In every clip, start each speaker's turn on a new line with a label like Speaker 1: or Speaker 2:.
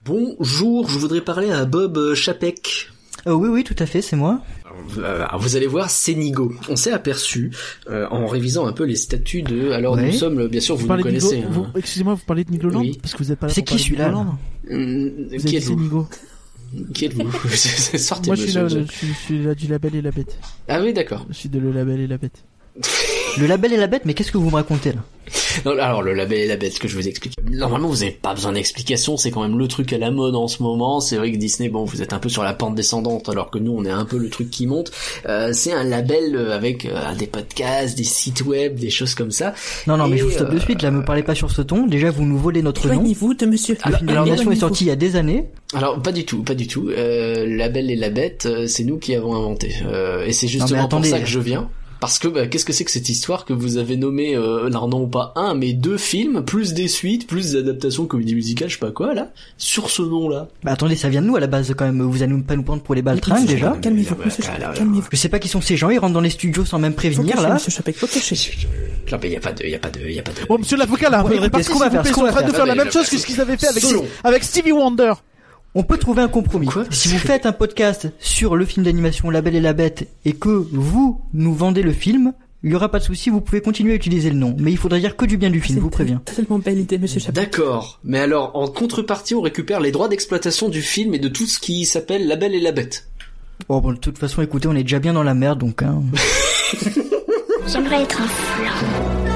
Speaker 1: Bonjour, je voudrais parler à Bob Chapek.
Speaker 2: Oui, tout à fait, c'est moi.
Speaker 1: Alors, vous allez voir, c'est Nigo. On s'est aperçu, en révisant un peu les statuts de... Alors, nous sommes, bien sûr, vous nous connaissez.
Speaker 3: Excusez-moi, vous parlez de Nigo Land ?
Speaker 1: Oui.
Speaker 3: Parce que vous êtes pas là.
Speaker 2: C'est qui celui-là ?
Speaker 1: Qui êtes-vous ?
Speaker 3: Nigo.
Speaker 1: Qui êtes-vous ? Sortez,
Speaker 3: moi,
Speaker 1: monsieur.
Speaker 3: je suis là du Label et la Bête.
Speaker 1: Ah oui, d'accord.
Speaker 3: Je suis de Le Label et la Bête.
Speaker 2: Le Label et la Bête, mais qu'est-ce que vous me racontez là ?
Speaker 1: Non, alors le Label et la Bête, ce que je vous explique. Normalement, vous avez pas besoin d'explication, c'est quand même le truc à la mode en ce moment. C'est vrai que Disney, bon, vous êtes un peu sur la pente descendante, alors que nous, on est un peu le truc qui monte. C'est un label avec des podcasts, des sites web, des choses comme ça.
Speaker 2: Non, mais je vous stoppe de suite. Là, me parlez pas sur ce ton. Déjà, vous nous volez notre nom.
Speaker 4: Éloignez-vous de monsieur.
Speaker 2: Le film d'animation est sorti il y a des années.
Speaker 1: Alors, pas du tout. Label et la Bête, c'est nous qui avons inventé. Et c'est justement pour ça que je viens. Parce que qu'est-ce que c'est que cette histoire que vous avez nommé non pas un mais 2 films plus des suites plus des adaptations comédie musicale je sais pas quoi là sur ce nom-là.
Speaker 2: Bah attendez, ça vient de nous à la base quand même. Vous allez pas nous prendre pour les baltringues déjà.
Speaker 4: Calmez-vous.
Speaker 2: Je sais pas qui sont ces gens. Ils rentrent dans les studios sans même prévenir là.
Speaker 4: Monsieur Chapek, faut cacher.
Speaker 1: Non mais y a pas de.
Speaker 3: Bon monsieur l'avocat là, un peu de répartie. Ils sont en train de faire la même chose que ce qu'ils avaient fait avec Stevie Wonder.
Speaker 2: On peut trouver un compromis. Si vous faites un podcast sur le film d'animation La Belle et la Bête et que vous nous vendez le film, il y aura pas de souci, vous pouvez continuer à utiliser le nom. Mais il faudra dire que du bien du film, je vous préviens.
Speaker 4: C'est tellement belle idée, monsieur Chapek.
Speaker 1: D'accord. Mais alors, en contrepartie, on récupère les droits d'exploitation du film et de tout ce qui s'appelle La Belle et la Bête.
Speaker 2: Oh bon, de toute façon, écoutez, on est déjà bien dans la merde, donc hein.
Speaker 5: J'aimerais être un flan.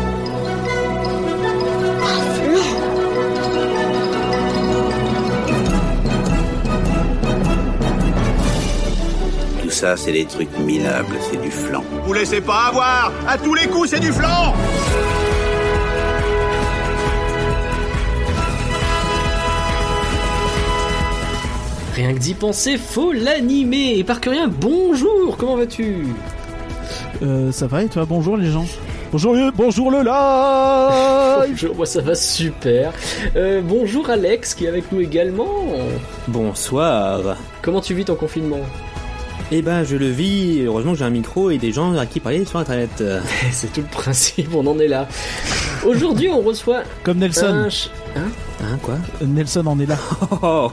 Speaker 6: Tout ça, c'est des trucs minables, c'est du flan.
Speaker 7: Vous laissez pas avoir! À tous les coups, c'est du flan!
Speaker 1: Rien que d'y penser, faut l'animer. Et Parkerien, bonjour, comment vas-tu?
Speaker 3: Ça va et toi? Bonjour les gens. Bonjour le live.
Speaker 1: Bonjour, moi ça va super. Bonjour Alex qui est avec nous également.
Speaker 8: Bonsoir.
Speaker 1: Comment tu vis ton confinement?
Speaker 8: Eh ben, je le vis. Heureusement que j'ai un micro et des gens à qui parler sur Internet.
Speaker 1: C'est tout le principe, on en est là. Aujourd'hui, on reçoit...
Speaker 3: Comme Nelson.
Speaker 8: Quoi?
Speaker 3: Nelson en est là.
Speaker 1: On parle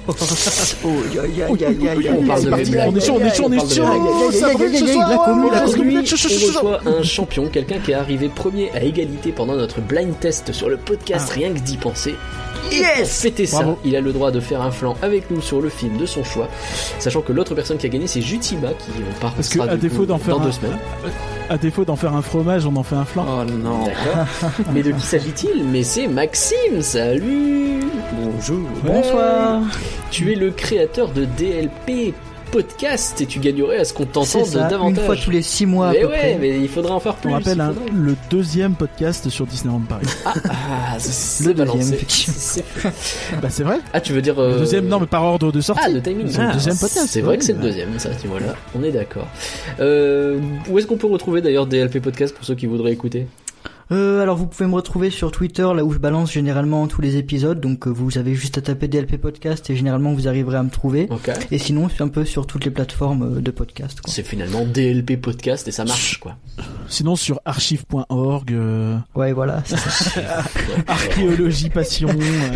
Speaker 1: de médias.
Speaker 3: On est chaud. Ça brûle ce soir.
Speaker 1: Aujourd'hui, on reçoit un champion, quelqu'un qui est arrivé premier à égalité pendant notre blind test sur le podcast Rien que d'y penser. Et pour fêter ça, il a le droit de faire un flanc avec nous sur le film de son choix, sachant que l'autre personne qui a gagné c'est Jutiba qui part
Speaker 3: parce que à défaut d'en faire
Speaker 1: dans 2 semaines.
Speaker 3: À défaut d'en faire un fromage, on en fait un flan.
Speaker 8: Oh non.
Speaker 1: D'accord. Mais de qui s'agit-il? Mais c'est Maxime. Salut.
Speaker 8: Bonjour.
Speaker 2: Bonsoir.
Speaker 1: Tu es le créateur de DLP Podcast et tu gagnerais à ce qu'on t'entende davantage.
Speaker 2: Une fois tous les 6 mois.
Speaker 1: Mais
Speaker 2: à peu près.
Speaker 1: mais il faudra en faire plus.
Speaker 3: On rappelle le 2e podcast sur Disneyland Paris.
Speaker 1: C'est balancé.
Speaker 3: Bah c'est vrai.
Speaker 1: Ah tu veux dire
Speaker 3: le 2e, non mais par ordre de sortie.
Speaker 1: Ah le timing.
Speaker 3: C'est le 2e podcast.
Speaker 1: C'est vrai que c'est le 2e, ça. Voilà, on est d'accord. Où est-ce qu'on peut retrouver d'ailleurs DLP Podcast pour ceux qui voudraient écouter?
Speaker 2: Alors vous pouvez me retrouver sur Twitter, là où je balance généralement tous les épisodes, donc vous avez juste à taper DLP Podcast et généralement vous arriverez à me trouver.
Speaker 1: Okay.
Speaker 2: Et sinon c'est un peu sur toutes les plateformes de podcast, quoi.
Speaker 1: C'est finalement DLP Podcast et ça marche, quoi.
Speaker 3: Sinon sur archive.org.
Speaker 2: Ouais voilà.
Speaker 3: Archéologie passion.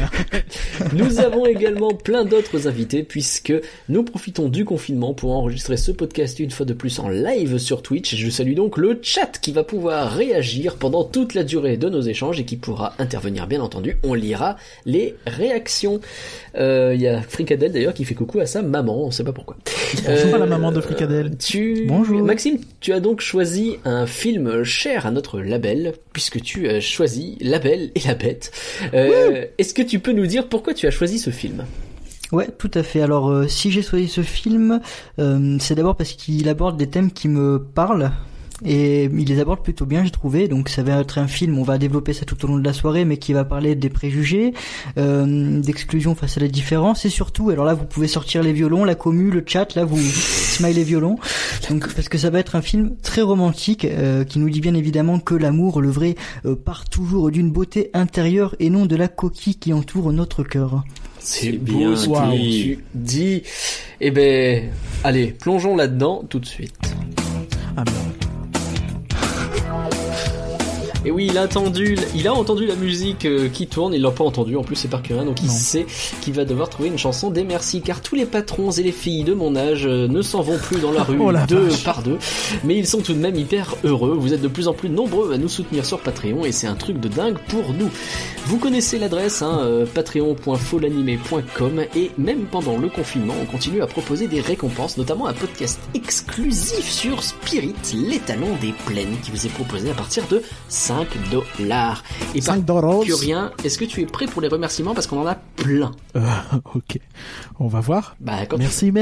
Speaker 1: Nous avons également plein d'autres invités puisque nous profitons du confinement pour enregistrer ce podcast une fois de plus en live sur Twitch. Je salue donc le chat qui va pouvoir réagir pendant toute la durée de nos échanges et qui pourra intervenir bien entendu. On lira les réactions. Il y a Fricadelle d'ailleurs qui fait coucou à sa maman, on sait pas pourquoi.
Speaker 3: Bonjour à la maman de Fricadelle.
Speaker 2: Bonjour.
Speaker 1: Maxime, tu as donc choisi un film cher à notre label puisque tu as choisi La Belle et la Bête. Est-ce que tu peux nous dire pourquoi tu as choisi ce film ?
Speaker 2: Ouais, tout à fait. Alors, si j'ai choisi ce film, c'est d'abord parce qu'il aborde des thèmes qui me parlent. Et il les aborde plutôt bien, j'ai trouvé. Donc ça va être un film, on va développer ça tout au long de la soirée, mais qui va parler des préjugés, d'exclusion face à la différence, et surtout, alors là vous pouvez sortir les violons, la commu, le chat, là vous smilez violon. Donc parce que ça va être un film très romantique qui nous dit bien évidemment que l'amour, le vrai, part toujours d'une beauté intérieure et non de la coquille qui entoure notre cœur.
Speaker 1: C'est beau ce que tu dis. Eh ben, allez, plongeons là-dedans tout de suite.
Speaker 3: Ah merde.
Speaker 1: Et oui, il a entendu la musique qui tourne, il l'a pas entendu, en plus c'est par Curien, donc il sait qu'il va devoir trouver une chanson des merci, car tous les patrons et les filles de mon âge ne s'en vont plus dans la rue par deux, mais ils sont tout de même hyper heureux. Vous êtes de plus en plus nombreux à nous soutenir sur Patreon et c'est un truc de dingue pour nous. Vous connaissez l'adresse, patreon.folanimé.com, et même pendant le confinement, on continue à proposer des récompenses, notamment un podcast exclusif sur Spirit, l'étalon des plaines, qui vous est proposé à partir de $5. Et par Curien, est-ce que tu es prêt pour les remerciements, parce qu'on en a plein?
Speaker 3: Ok, on va voir.
Speaker 1: Merci.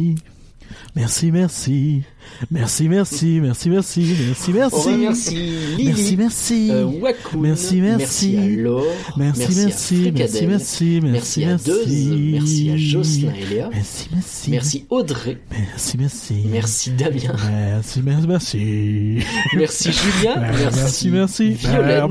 Speaker 1: On remercie Lily, Wakoun, merci à Laure, merci à Fricadelle, merci à Deuse, merci à Jocelyn et Léa, merci Audrey, merci Damien, merci Julien, merci Violaine,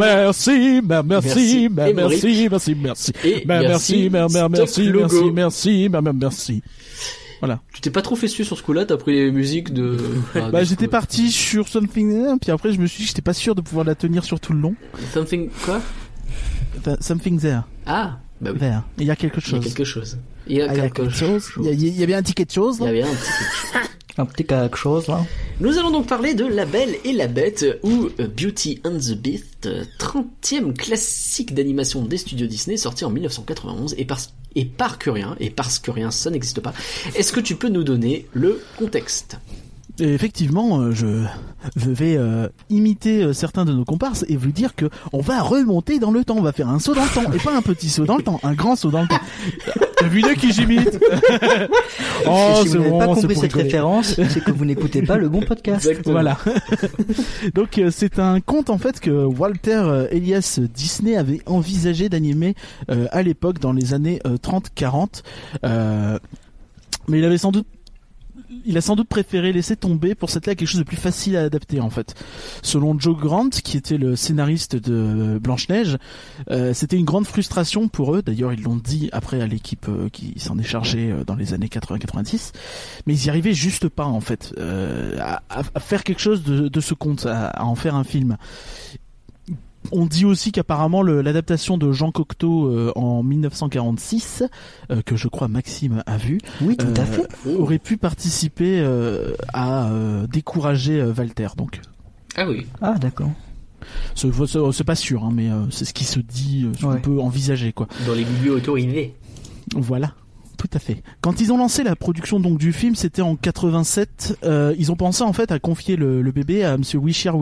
Speaker 3: merci. Voilà.
Speaker 1: Tu t'es pas trop fait suer sur ce coup-là, t'as pris les musiques de...
Speaker 3: j'étais parti sur Something, puis après je me suis dit que j'étais pas sûr de pouvoir la tenir sur tout le long.
Speaker 1: Something quoi?
Speaker 3: Something there.
Speaker 1: Ah, bah oui.
Speaker 3: There. Il y a quelque chose.
Speaker 2: Il y avait un petit quelque chose. Un petit quelque chose, là.
Speaker 1: Nous allons donc parler de La Belle et la Bête, ou Beauty and the Beast, 30e classique d'animation des studios Disney, sorti en 1991, et par Curien, et parce que rien, ça n'existe pas. Est-ce que tu peux nous donner le contexte?
Speaker 3: Et effectivement, je vais imiter certains de nos comparses et vous dire que on va remonter dans le temps, on va faire un saut dans le temps, et pas un petit saut dans le temps, un grand saut dans le temps. T'as vu qui j'imite?
Speaker 2: Si vous n'avez pas compris cette référence, c'est que vous n'écoutez pas le bon podcast.
Speaker 1: Exactement.
Speaker 3: Voilà. Donc c'est un conte en fait que Walter Elias Disney avait envisagé d'animer à l'époque dans les années 30-40, mais il a sans doute préféré laisser tomber pour s'atteler à quelque chose de plus facile à adapter en fait. Selon Joe Grant, qui était le scénariste de Blanche-Neige, c'était une grande frustration pour eux, d'ailleurs ils l'ont dit après à l'équipe qui s'en est chargée dans les années 80-90, mais ils y arrivaient juste pas en fait à faire quelque chose de ce conte, à en faire un film. On dit aussi qu'apparemment l'adaptation de Jean Cocteau en 1946, que je crois Maxime a vu,
Speaker 2: oui, tout à fait,
Speaker 3: aurait pu participer à décourager Walter. Donc.
Speaker 1: Ah oui.
Speaker 2: Ah d'accord.
Speaker 3: C'est pas sûr, hein, mais c'est ce qui se dit, ce qu'on peut envisager, quoi.
Speaker 1: Dans les milieux autorisés.
Speaker 3: Voilà. Tout à fait. Quand ils ont lancé la production donc du film, c'était en 87. Ils ont pensé en fait à confier le bébé à Monsieur Richard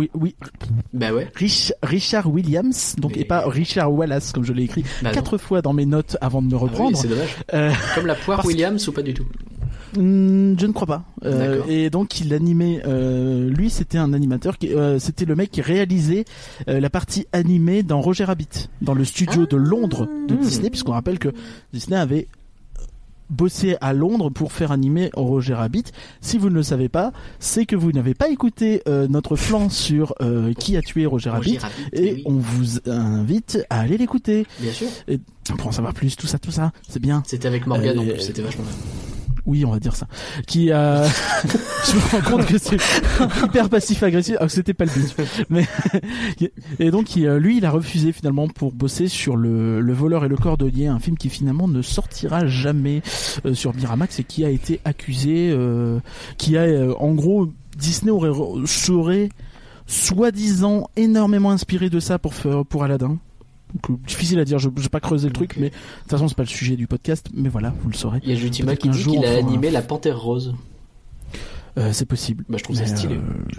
Speaker 3: Williams, donc et pas Richard Wallace comme je l'ai écrit 4 fois dans mes notes avant de me reprendre.
Speaker 1: Ah oui, c'est dommage. Comme la poire Williams ou pas du tout?
Speaker 3: Je ne crois pas. Et donc il animait. Lui, c'était un animateur c'était le mec qui réalisait la partie animée dans Roger Rabbit, dans le studio de Londres de Disney, puisqu'on rappelle que Disney avait bossé à Londres pour faire animer Roger Rabbit. Si vous ne le savez pas, c'est que vous n'avez pas écouté notre flanc sur qui a tué Roger Rabbit, et on vous invite à aller l'écouter.
Speaker 1: Bien sûr.
Speaker 3: Et pour en savoir plus, tout ça, c'est bien.
Speaker 1: C'était avec Morgane en plus, c'était vachement bien.
Speaker 3: Oui, on va dire ça. Qui a, je me rends compte que c'est hyper passif-agressif, alors que c'était pas le but. Mais, et donc, lui, il a refusé finalement pour bosser sur le voleur et le cordonnier, un film qui finalement ne sortira jamais sur Miramax et qui a été accusé, en gros, Disney serait soi-disant énormément inspiré de ça pour Aladdin. Donc, difficile à dire, je vais pas creuser le truc, mais de toute façon c'est pas le sujet du podcast, mais voilà, vous le saurez.
Speaker 1: Il y a Jutima qui dit qu'il a animé La Panthère Rose.
Speaker 3: C'est possible.
Speaker 1: Bah je trouve ça stylé.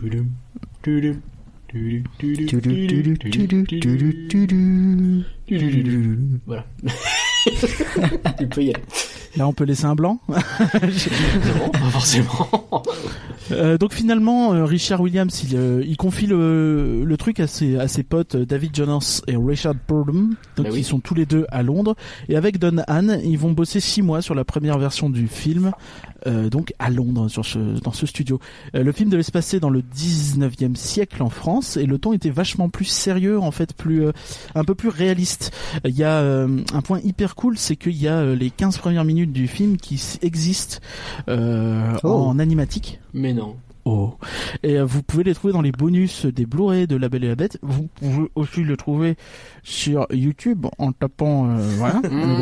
Speaker 1: Voilà. Tu peux y aller.
Speaker 3: Là on peut laisser un blanc.
Speaker 1: Non, pas forcément.
Speaker 3: Donc finalement, Richard Williams, il confie le truc à ses potes David Jonas et Richard Purdom, donc ils sont tous les deux à Londres, et avec Don Hahn, ils vont bosser 6 mois sur la première version du film, donc à Londres, dans ce studio. Le film devait se passer dans le 19e siècle en France, et le ton était vachement plus sérieux, en fait, un peu plus réaliste. Il y a un point hyper cool, c'est qu'il y a les 15 premières minutes du film qui existent en animatique.
Speaker 1: Mais non.
Speaker 3: Oh. Et vous pouvez les trouver dans les bonus des Blu-ray de La Belle et la Bête. Vous pouvez aussi le trouver sur YouTube en tapant voilà.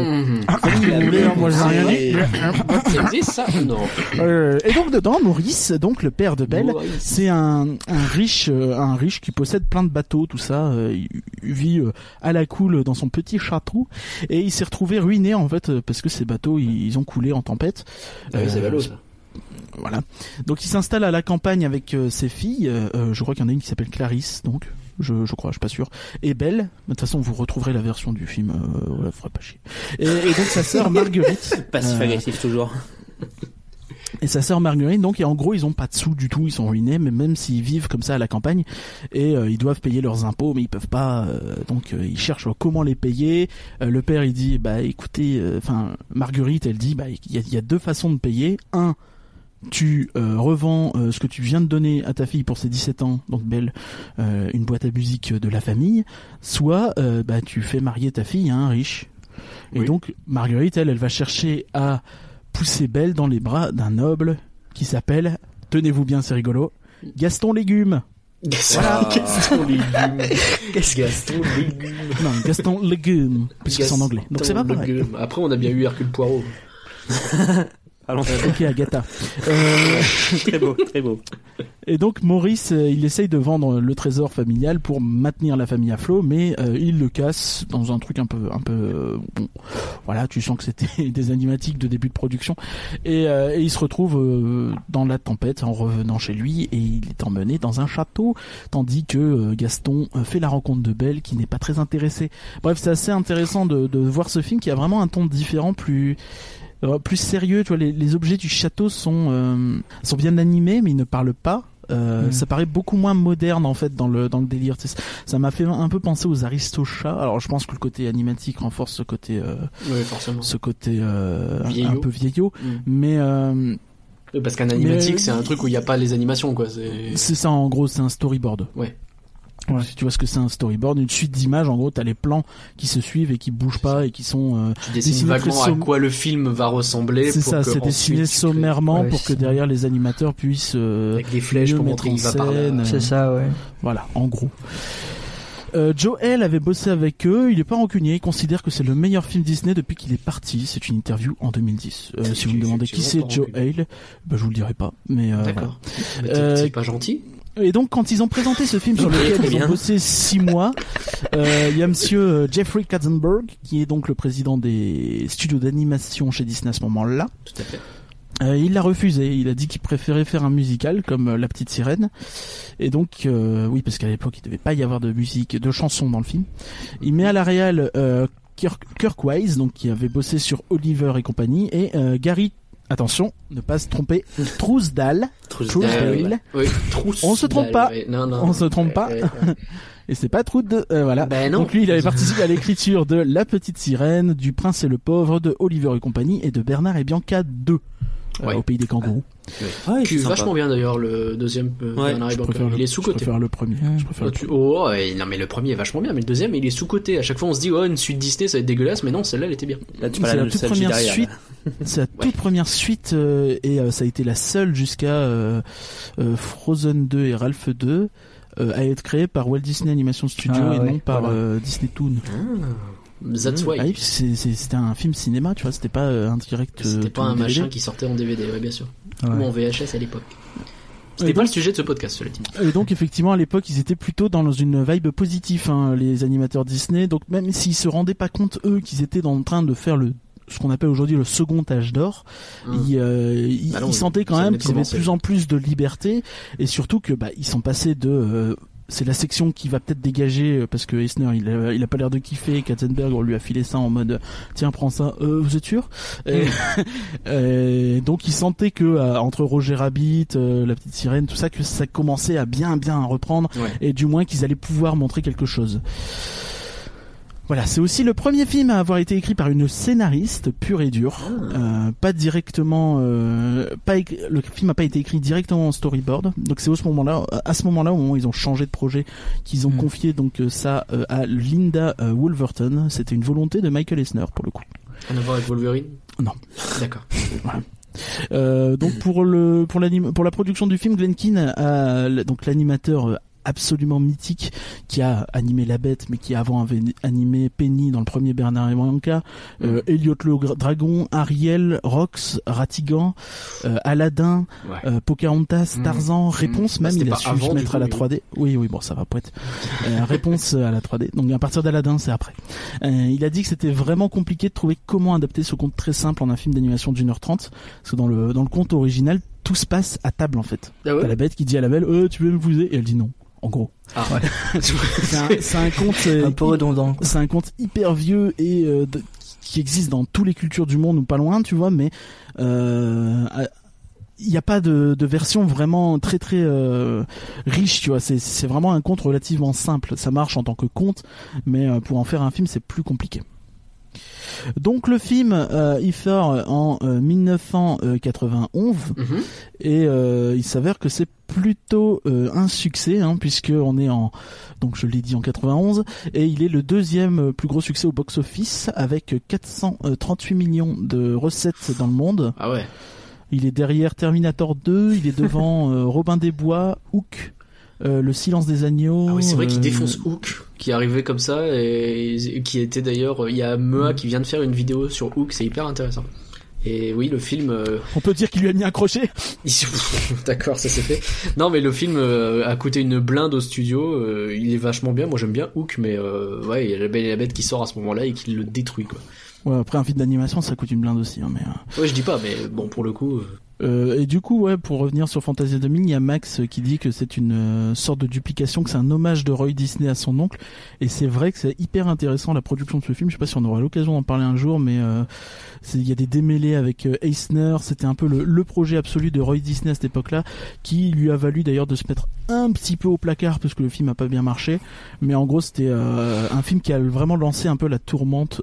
Speaker 3: Moi j'ai rien dit.
Speaker 1: Ça existe ça? Non.
Speaker 3: Et donc dedans, Maurice, donc le père de Belle,
Speaker 1: Maurice.
Speaker 3: c'est un riche qui possède plein de bateaux, tout ça. Il vit à la cool dans son petit château et il s'est retrouvé ruiné en fait parce que ces bateaux ils ont coulé en tempête.
Speaker 1: Ah oui, c'est Valo, ça.
Speaker 3: Voilà. Donc il s'installe à la campagne avec ses filles. Je crois qu'il y en a une qui s'appelle Clarisse, donc je crois, je suis pas sûr. Et Belle. De toute façon, vous retrouverez la version du film. Voilà, faudrait pas chier. Et donc sa sœur Marguerite.
Speaker 8: Passif-agressif toujours.
Speaker 3: Et sa sœur Marguerite, donc, et en gros, ils ont pas de sous du tout, ils sont ruinés, mais même s'ils vivent comme ça à la campagne, et ils doivent payer leurs impôts, mais ils peuvent pas, donc ils cherchent comment les payer. Le père, il dit, bah écoutez, Marguerite, elle dit, bah il y a deux façons de payer. Un, tu revends ce que tu viens de donner à ta fille pour ses 17 ans, donc Belle, une boîte à musique de la famille, soit bah tu fais marier ta fille à un riche. Et
Speaker 1: Oui.
Speaker 3: donc Marguerite, elle va chercher à pousser Belle dans les bras d'un noble qui s'appelle, tenez-vous bien, c'est rigolo, Gaston Légumes.
Speaker 1: Voilà. Gaston Légumes. Gaston Légumes.
Speaker 3: Non, Gaston Légumes, puisque c'est en anglais. Donc c'est pas pareil.
Speaker 1: Légumes. Après, on a bien eu Hercule Poirot.
Speaker 8: Allons.
Speaker 3: Ok, Agatha.
Speaker 8: Très beau, très beau.
Speaker 3: Et donc Maurice, il essaye de vendre le trésor familial pour maintenir la famille à flot, mais il le casse dans un truc un peu bon. Voilà, tu sens que c'était des animatiques de début de production, et il se retrouve dans la tempête en revenant chez lui, et il est emmené dans un château, tandis que Gaston fait la rencontre de Belle, qui n'est pas très intéressée. Bref, c'est assez intéressant de voir ce film qui a vraiment un ton différent, plus sérieux. Tu vois, les objets du château sont bien animés, mais ils ne parlent pas. Ça paraît beaucoup moins moderne en fait dans le délire. Ça m'a fait un peu penser aux Aristochats. Alors je pense que le côté animatique renforce ce côté
Speaker 1: forcément.
Speaker 3: ce côté
Speaker 1: Vieillot.
Speaker 3: un peu vieillot, mais
Speaker 1: parce qu'un animatique, c'est un truc où il n'y a pas les animations, quoi.
Speaker 3: c'est ça, en gros, c'est un storyboard.
Speaker 1: Ouais.
Speaker 3: Ouais. Si tu vois ce que c'est un storyboard, une suite d'images, en gros, t'as les plans qui se suivent et qui bougent pas et qui sont
Speaker 1: Tu dessines vaguement à quoi le film va ressembler.
Speaker 3: C'est
Speaker 1: pour
Speaker 3: ça,
Speaker 1: que
Speaker 3: c'est dessiné
Speaker 1: ensuite,
Speaker 3: sommairement
Speaker 2: Ouais,
Speaker 3: pour
Speaker 2: c'est
Speaker 3: que derrière les animateurs puissent
Speaker 1: avec des flèches
Speaker 3: mieux
Speaker 1: pour
Speaker 3: mettre
Speaker 1: montrer
Speaker 3: en
Speaker 1: il va par là.
Speaker 3: scène.
Speaker 2: C'est ça, ouais.
Speaker 3: Voilà, en gros. Joel avait bossé avec eux, il est pas rancunier, il considère que c'est le meilleur film Disney depuis qu'il est parti. C'est une interview en 2010. Si vous me demandez qui c'est Joel, je vous le dirai pas. Mais
Speaker 1: D'accord.
Speaker 3: voilà.
Speaker 1: C'est pas gentil.
Speaker 3: Et donc quand ils ont présenté ce film sur lequel ils ont bossé 6 mois, il y a monsieur Jeffrey Katzenberg, qui est donc le président des studios d'animation chez Disney à ce moment-là.
Speaker 1: Tout à fait.
Speaker 3: Il l'a refusé, il a dit qu'il préférait faire un musical comme La Petite Sirène. Et donc, oui, parce qu'à l'époque, il devait pas y avoir de musique, de chansons dans le film. Il met à la réal Kirk Wise, donc qui avait bossé sur Oliver et compagnie, et Gary, attention, ne pas se tromper, Trousdale. Trousdale.
Speaker 1: Oui.
Speaker 3: On se trompe pas.
Speaker 1: Non.
Speaker 3: On se trompe pas. Et c'est pas Troud, voilà.
Speaker 1: Ben non.
Speaker 3: Donc lui, il avait participé à l'écriture de La Petite Sirène, du Prince et le Pauvre, de Oliver et compagnie, et de Bernard et Bianca 2.
Speaker 1: Ouais.
Speaker 3: Au pays des kangourous.
Speaker 8: Ouais,
Speaker 1: Qui est vachement bien d'ailleurs, le deuxième. Bernard et Bianca. Il est sous-côté.
Speaker 3: Je préfère le premier. Je préfère le premier.
Speaker 1: Non mais le premier est vachement bien, mais le deuxième il est sous-côté. À chaque fois on se dit une suite Disney ça va être dégueulasse, mais non, celle-là elle était bien.
Speaker 8: Là, tu
Speaker 3: C'est
Speaker 8: parles
Speaker 3: la
Speaker 8: de
Speaker 3: toute
Speaker 8: nostalgie
Speaker 3: première
Speaker 8: derrière,
Speaker 3: suite.
Speaker 8: là.
Speaker 3: C'est la toute première suite et ça a été la seule jusqu'à Frozen 2 et Ralph 2 à être créée par Walt Disney Animation Studio et non par Disney Toon.
Speaker 1: That's why.
Speaker 3: Ah oui, c'était un film cinéma, tu vois, c'était pas un direct.
Speaker 1: C'était pas un
Speaker 3: DVD.
Speaker 1: machin qui sortait en DVD, ouais bien sûr.
Speaker 2: Ouais.
Speaker 1: Ou en VHS à l'époque.
Speaker 3: Et
Speaker 1: C'était pas
Speaker 3: donc-
Speaker 1: le sujet de ce podcast, cela dit.
Speaker 3: Et donc effectivement à l'époque ils étaient plutôt dans une vibe positive, hein, les animateurs Disney. Donc même s'ils se rendaient pas compte eux qu'ils étaient en train de faire ce qu'on appelle aujourd'hui le second âge d'or, ils sentaient quand
Speaker 1: ça
Speaker 3: même
Speaker 1: venait de
Speaker 3: qu'ils avaient de
Speaker 1: commencer.
Speaker 3: plus en plus de liberté et surtout que ils sont passés de c'est la section qui va peut-être dégager parce que Eisner il a pas l'air de kiffer. Katzenberg on lui a filé ça en mode tiens prends ça, vous êtes sûr? Et donc il sentait que entre Roger Rabbit, La Petite Sirène, tout ça, que ça commençait à bien reprendre et du moins qu'ils allaient pouvoir montrer quelque chose. Voilà, c'est aussi le premier film à avoir été écrit par une scénariste pure et dure. Pas directement, le film n'a pas été écrit directement en storyboard. Donc c'est à ce moment-là, au moment où ils ont changé de projet, qu'ils ont confié donc ça à Linda Wolverton. C'était une volonté de Michael Eisner pour le coup.
Speaker 1: Rien à voir avec Wolverine?
Speaker 3: Non.
Speaker 1: D'accord.
Speaker 3: Voilà. Donc pour la production du film, Glen Keane, donc l'animateur absolument mythique qui a animé La Bête, mais qui avant avait animé Penny dans le premier Bernard et Bianca, Elliot le Dragon, Ariel, Rox, Ratigan, Aladdin, Pocahontas, Tarzan, Réponse même, il a su se mettre à la 3D. Oui, bon, ça va poète. Réponse à la 3D. Donc à partir d'Aladdin, c'est après. Il a dit que c'était vraiment compliqué de trouver comment adapter ce conte très simple en un film d'animation d'1h30, parce que dans le conte original, tout se passe à table en fait.
Speaker 1: Ah ouais.
Speaker 3: T'as La Bête qui dit à la Belle, tu veux m'épouser? Et elle dit non. En gros.
Speaker 1: Ah ouais.
Speaker 3: c'est un conte
Speaker 2: un peu redondant.
Speaker 3: C'est un conte hyper vieux et qui existe dans toutes les cultures du monde ou pas loin, tu vois, mais il n'y a pas de version vraiment très très riche, tu vois. C'est vraiment un conte relativement simple. Ça marche en tant que conte, mais pour en faire un film, c'est plus compliqué. Donc le film il sort en 1991 et il s'avère que c'est plutôt un succès puisque on est donc je l'ai dit en 91 et il est le deuxième plus gros succès au box-office avec 438 millions de recettes dans le monde.
Speaker 1: Ah ouais.
Speaker 3: Il est derrière Terminator 2, il est devant Robin des Bois, Hook, Le Silence des Agneaux.
Speaker 1: Ah oui, c'est vrai qu'il défonce Hook, qui est arrivé comme ça et qui était d'ailleurs, il y a Mea qui vient de faire une vidéo sur Hook, c'est hyper intéressant. Et oui, le film...
Speaker 3: On peut dire qu'il lui a mis un crochet.
Speaker 1: D'accord, ça c'est fait. Non, mais le film a coûté une blinde au studio. Il est vachement bien. Moi, j'aime bien Hook, mais ouais, il y a La Belle et la Bête qui sort à ce moment-là et qui le détruit, quoi.
Speaker 3: Ouais, après un film d'animation, ça coûte une blinde aussi, mais.
Speaker 1: Ouais, je dis pas, mais bon, pour le coup.
Speaker 3: Et du coup, ouais, pour revenir sur Fantasia 2000, il y a Max qui dit que c'est une sorte de duplication, que c'est un hommage de Roy Disney à son oncle. Et c'est vrai que c'est hyper intéressant la production de ce film. Je sais pas si on aura l'occasion d'en parler un jour, mais il y a des démêlés avec Eisner. C'était un peu le projet absolu de Roy Disney à cette époque-là, qui lui a valu d'ailleurs de se mettre un petit peu au placard parce que le film a pas bien marché. Mais en gros, c'était un film qui a vraiment lancé un peu la tourmente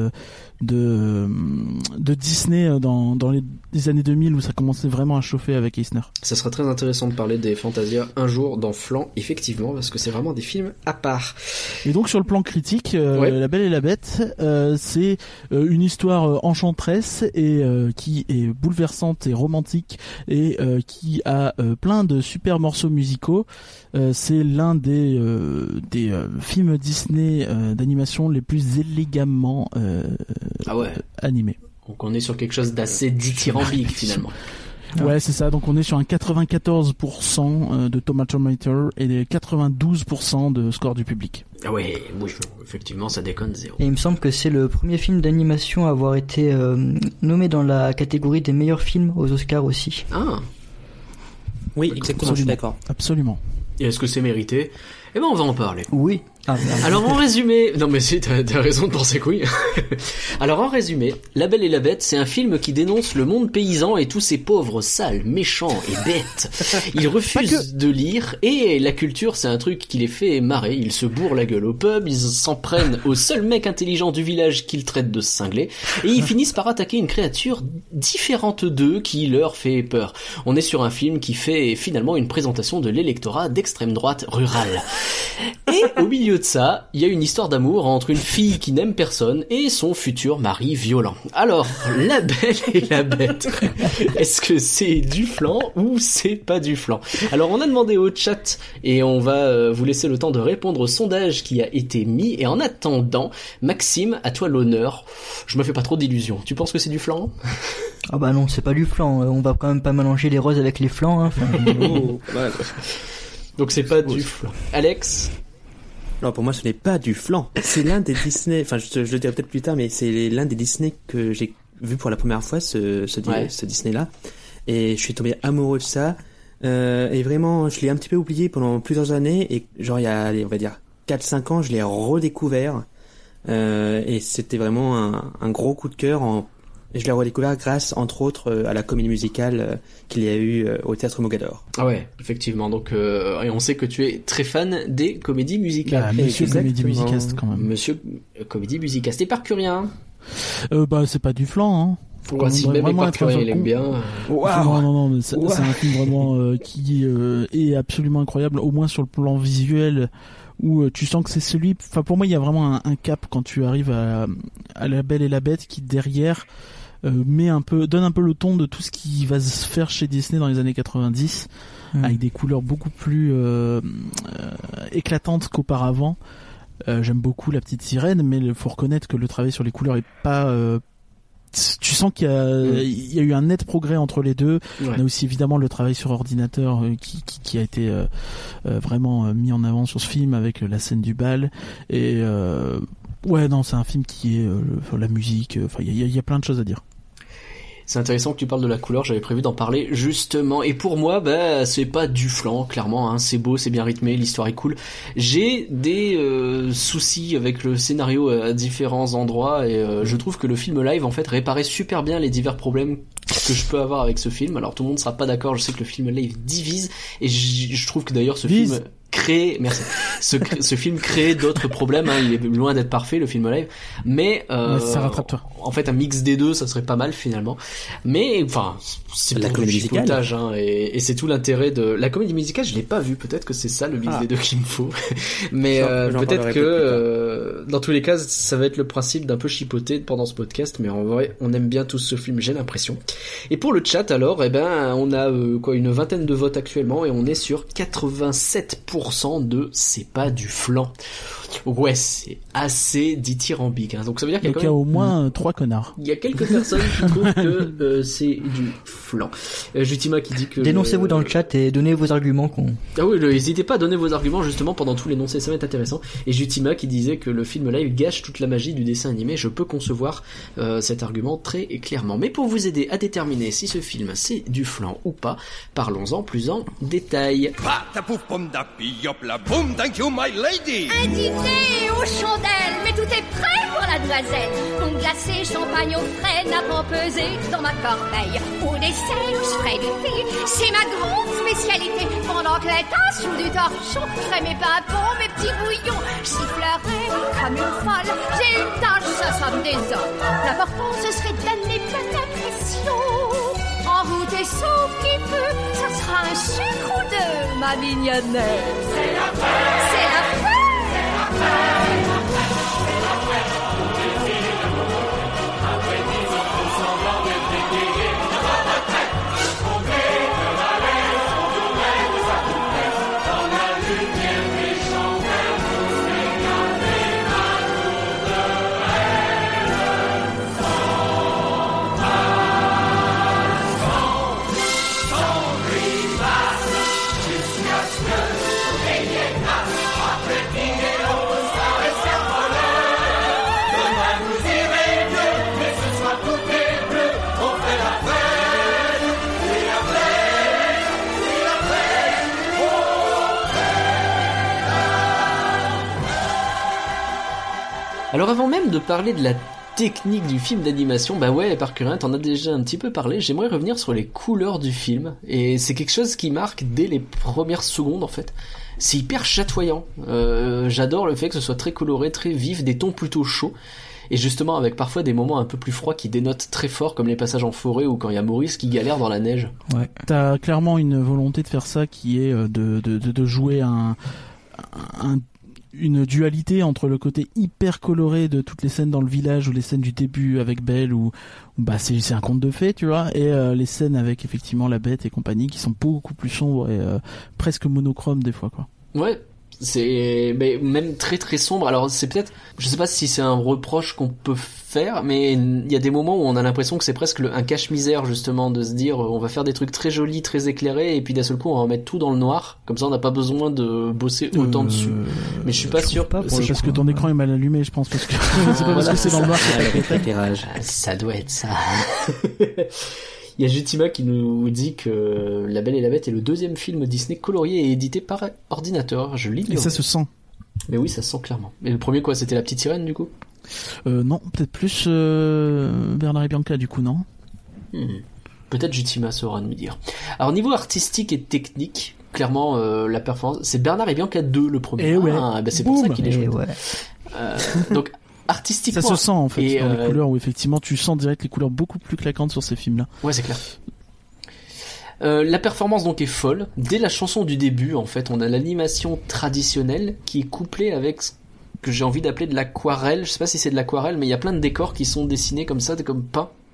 Speaker 3: de Disney dans les années 2000 où ça commençait vraiment à chauffer avec Eisner.
Speaker 1: Ça sera très intéressant de parler des Fantasia un jour dans Flan, effectivement, parce que c'est vraiment des films à part.
Speaker 3: Et donc sur le plan critique, La Belle et la Bête, c'est une histoire enchanteresse et qui est bouleversante et romantique et qui a plein de super morceaux musicaux. C'est l'un des films Disney d'animation les plus élégamment animés.
Speaker 1: Donc on est sur quelque chose d'assez dithyrambique finalement.
Speaker 3: Ouais, c'est ça. Donc on est sur un 94% de Tomatometer et des 92% de score du public.
Speaker 1: Ah ouais, oui, effectivement, ça déconne zéro.
Speaker 2: Et il me semble que c'est le premier film d'animation à avoir été nommé dans la catégorie des meilleurs films aux Oscars aussi.
Speaker 1: Ah.
Speaker 8: Oui, exactement, je suis d'accord.
Speaker 3: Absolument.
Speaker 1: Et est-ce que c'est mérité ? Eh ben, on va en parler.
Speaker 2: Oui.
Speaker 1: Alors en résumé, non mais si t'as raison de penser que oui. Alors en résumé, La Belle et la Bête, c'est un film qui dénonce le monde paysan et tous ces pauvres sales, méchants et bêtes. Ils refusent de lire et la culture c'est un truc qui les fait marrer. Ils se bourrent la gueule au pub, ils s'en prennent au seul mec intelligent du village qu'ils traitent de cinglé et ils finissent par attaquer une créature différente d'eux qui leur fait peur. On est sur un film qui fait finalement une présentation de l'électorat d'extrême droite rurale. Et au milieu de ça, il y a une histoire d'amour entre une fille qui n'aime personne et son futur mari violent. Alors, La Belle et la Bête, est-ce que c'est du flan ou c'est pas du flan ? Alors, on a demandé au chat et on va vous laisser le temps de répondre au sondage qui a été mis. Et en attendant, Maxime, à toi l'honneur. Je me fais pas trop d'illusions. Tu penses que c'est du flan ?
Speaker 2: Ah bah non, c'est pas du flan. On va quand même pas mélanger les roses avec les flancs. Hein.
Speaker 1: Donc c'est pas du flan. Alex ?
Speaker 8: Non, pour moi, ce n'est pas du flan. C'est l'un des Disney, enfin, je le dirai peut-être plus tard, mais c'est l'un des Disney que j'ai vu pour la première fois, ce Disney-là. Et je suis tombé amoureux de ça. Et vraiment, je l'ai un petit peu oublié pendant plusieurs années. Et genre, il y a, on va dire, 4-5 ans, je l'ai redécouvert. Et c'était vraiment un gros coup de cœur. Je l'ai redécouvert grâce, entre autres, à la comédie musicale qu'il y a eu au Théâtre Mogador.
Speaker 1: Ah ouais, effectivement. Donc, et on sait que tu es très fan des comédies musicales.
Speaker 3: Bah, Monsieur Comédie Musicast, quand même.
Speaker 1: Monsieur Comédie Musicast. Et Parcurien ?
Speaker 3: Bah, c'est pas du flan, hein.
Speaker 1: Faut ouais, si même Parcurien, il aime bien.
Speaker 3: Wow. Non, mais c'est un film vraiment qui est absolument incroyable, au moins sur le plan visuel, où tu sens que c'est celui... Enfin, pour moi, il y a vraiment un cap quand tu arrives à La Belle et la Bête qui, derrière... donne un peu le ton de tout ce qui va se faire chez Disney dans les années 90, avec des couleurs beaucoup plus éclatantes qu'auparavant. J'aime beaucoup La Petite Sirène, mais il faut reconnaître que le travail sur les couleurs est pas tu sens qu'il y a eu un net progrès entre les deux. Ouais. On a aussi évidemment le travail sur ordinateur qui a été vraiment mis en avant sur ce film avec la scène du bal. Et ouais, non, c'est un film qui est la musique. Enfin, il y a plein de choses à dire.
Speaker 1: C'est intéressant que tu parles de la couleur, j'avais prévu d'en parler justement. Et pour moi, c'est pas du flan, clairement, hein. C'est beau, c'est bien rythmé, l'histoire est cool. J'ai des soucis avec le scénario à différents endroits et je trouve que le film live, en fait, réparait super bien les divers problèmes que je peux avoir avec ce film. Alors tout le monde sera pas d'accord, je sais que le film live divise et je trouve que d'ailleurs ce film ce film crée d'autres problèmes, hein. Il est loin d'être parfait, le film live, mais
Speaker 3: ça rattrape-toi.
Speaker 1: En fait un mix des deux ça serait pas mal finalement, mais enfin c'est
Speaker 8: la comédie musicale,
Speaker 1: hein, et c'est tout l'intérêt de la comédie musicale. Je l'ai pas vu, peut-être que c'est ça le mix des deux qu'il me faut. Mais peut-être que dans tous les cas ça va être le principe d'un peu chipoter pendant ce podcast, mais en vrai on aime bien tous ce film, j'ai l'impression. Et pour le chat alors, on a une vingtaine de votes actuellement et on est sur 87% de c'est pas du flan. Ouais, c'est assez dithyrambique, hein. Donc ça veut dire qu'il y a
Speaker 3: au moins 3 connards.
Speaker 1: Il y a quelques personnes qui trouvent que c'est du flan. Jutima qui dit que
Speaker 2: dénoncez-vous dans le chat et donnez vos arguments
Speaker 1: Ah oui, n'hésitez pas à donner vos arguments justement pendant tout l'énoncé, ça va être intéressant. Et Jutima qui disait que le film live gâche toute la magie du dessin animé. Je peux concevoir cet argument très clairement. Mais pour vous aider à déterminer si ce film c'est du flan ou pas, parlons-en plus en détail.
Speaker 5: Un dîner aux chandelles, mais tout est prêt pour la noisette. Pommes glacées, champagne au frais, nappe pesé dans ma corbeille. Au dessert, je ferai du thé, c'est ma grande spécialité. Pendant que les tasses sous du torchon, je ferai mes pimpons, mes petits bouillons. Je sifflerai comme une folle, j'ai une tâche, ça me désole. L'important, ce serait de donner plein d'impression. En route et sauf qui peut, ça sera un sucre ou deux, ma mignonnette. C'est la fête, c'est la fête.
Speaker 1: Alors avant même de parler de la technique du film d'animation, Parker, t'en as déjà un petit peu parlé, j'aimerais revenir sur les couleurs du film, et c'est quelque chose qui marque dès les premières secondes en fait. C'est hyper chatoyant, j'adore le fait que ce soit très coloré, très vif, des tons plutôt chauds, et justement avec parfois des moments un peu plus froids qui dénotent très fort, comme les passages en forêt ou quand il y a Maurice qui galère dans la neige.
Speaker 3: Ouais, t'as clairement une volonté de faire ça qui est de jouer une dualité entre le côté hyper coloré de toutes les scènes dans le village ou les scènes du début avec Belle où c'est un conte de fées, tu vois, et les scènes avec effectivement la bête et compagnie qui sont beaucoup plus sombres et presque monochromes des fois, quoi.
Speaker 1: Ouais, c'est même très très sombre. Alors c'est peut-être, je sais pas si c'est un reproche qu'on peut faire, mais il y a des moments où on a l'impression que c'est presque un cache-misère justement, de se dire on va faire des trucs très jolis, très éclairés, et puis d'un seul coup on va mettre tout dans le noir, comme ça on n'a pas besoin de bosser autant dessus. Mais je suis pas sûr.
Speaker 3: C'est parce que ton écran est mal allumé, je pense, parce que c'est pas parce que c'est dans le noir que c'est
Speaker 8: l'éclairage.
Speaker 1: Ça doit être ça. Il y a Jutima qui nous dit que La Belle et la Bête est le deuxième film Disney colorié et édité par ordinateur. Je l'ignore.
Speaker 3: Et ça se sent.
Speaker 1: Mais oui, ça se sent clairement. Et le premier, quoi, c'était La Petite Sirène, du coup?
Speaker 3: Non, peut-être plus Bernard et Bianca, du coup, non?
Speaker 1: Peut-être Jutima saura nous dire. Alors, niveau artistique et technique, clairement, la performance, c'est Bernard et Bianca 2, le premier.
Speaker 3: Et ouais.
Speaker 1: C'est pour ça qu'il est chouette.
Speaker 2: Ouais.
Speaker 1: Donc, artistiquement.
Speaker 3: Ça se sent en fait dans les couleurs, où effectivement tu sens direct les couleurs beaucoup plus claquantes sur ces films-là.
Speaker 1: Ouais, c'est clair. La performance donc est folle. Dès la chanson du début, en fait, on a l'animation traditionnelle qui est couplée avec ce que j'ai envie d'appeler de l'aquarelle. Je sais pas si c'est de l'aquarelle, mais il y a plein de décors qui sont dessinés comme ça, comme peints.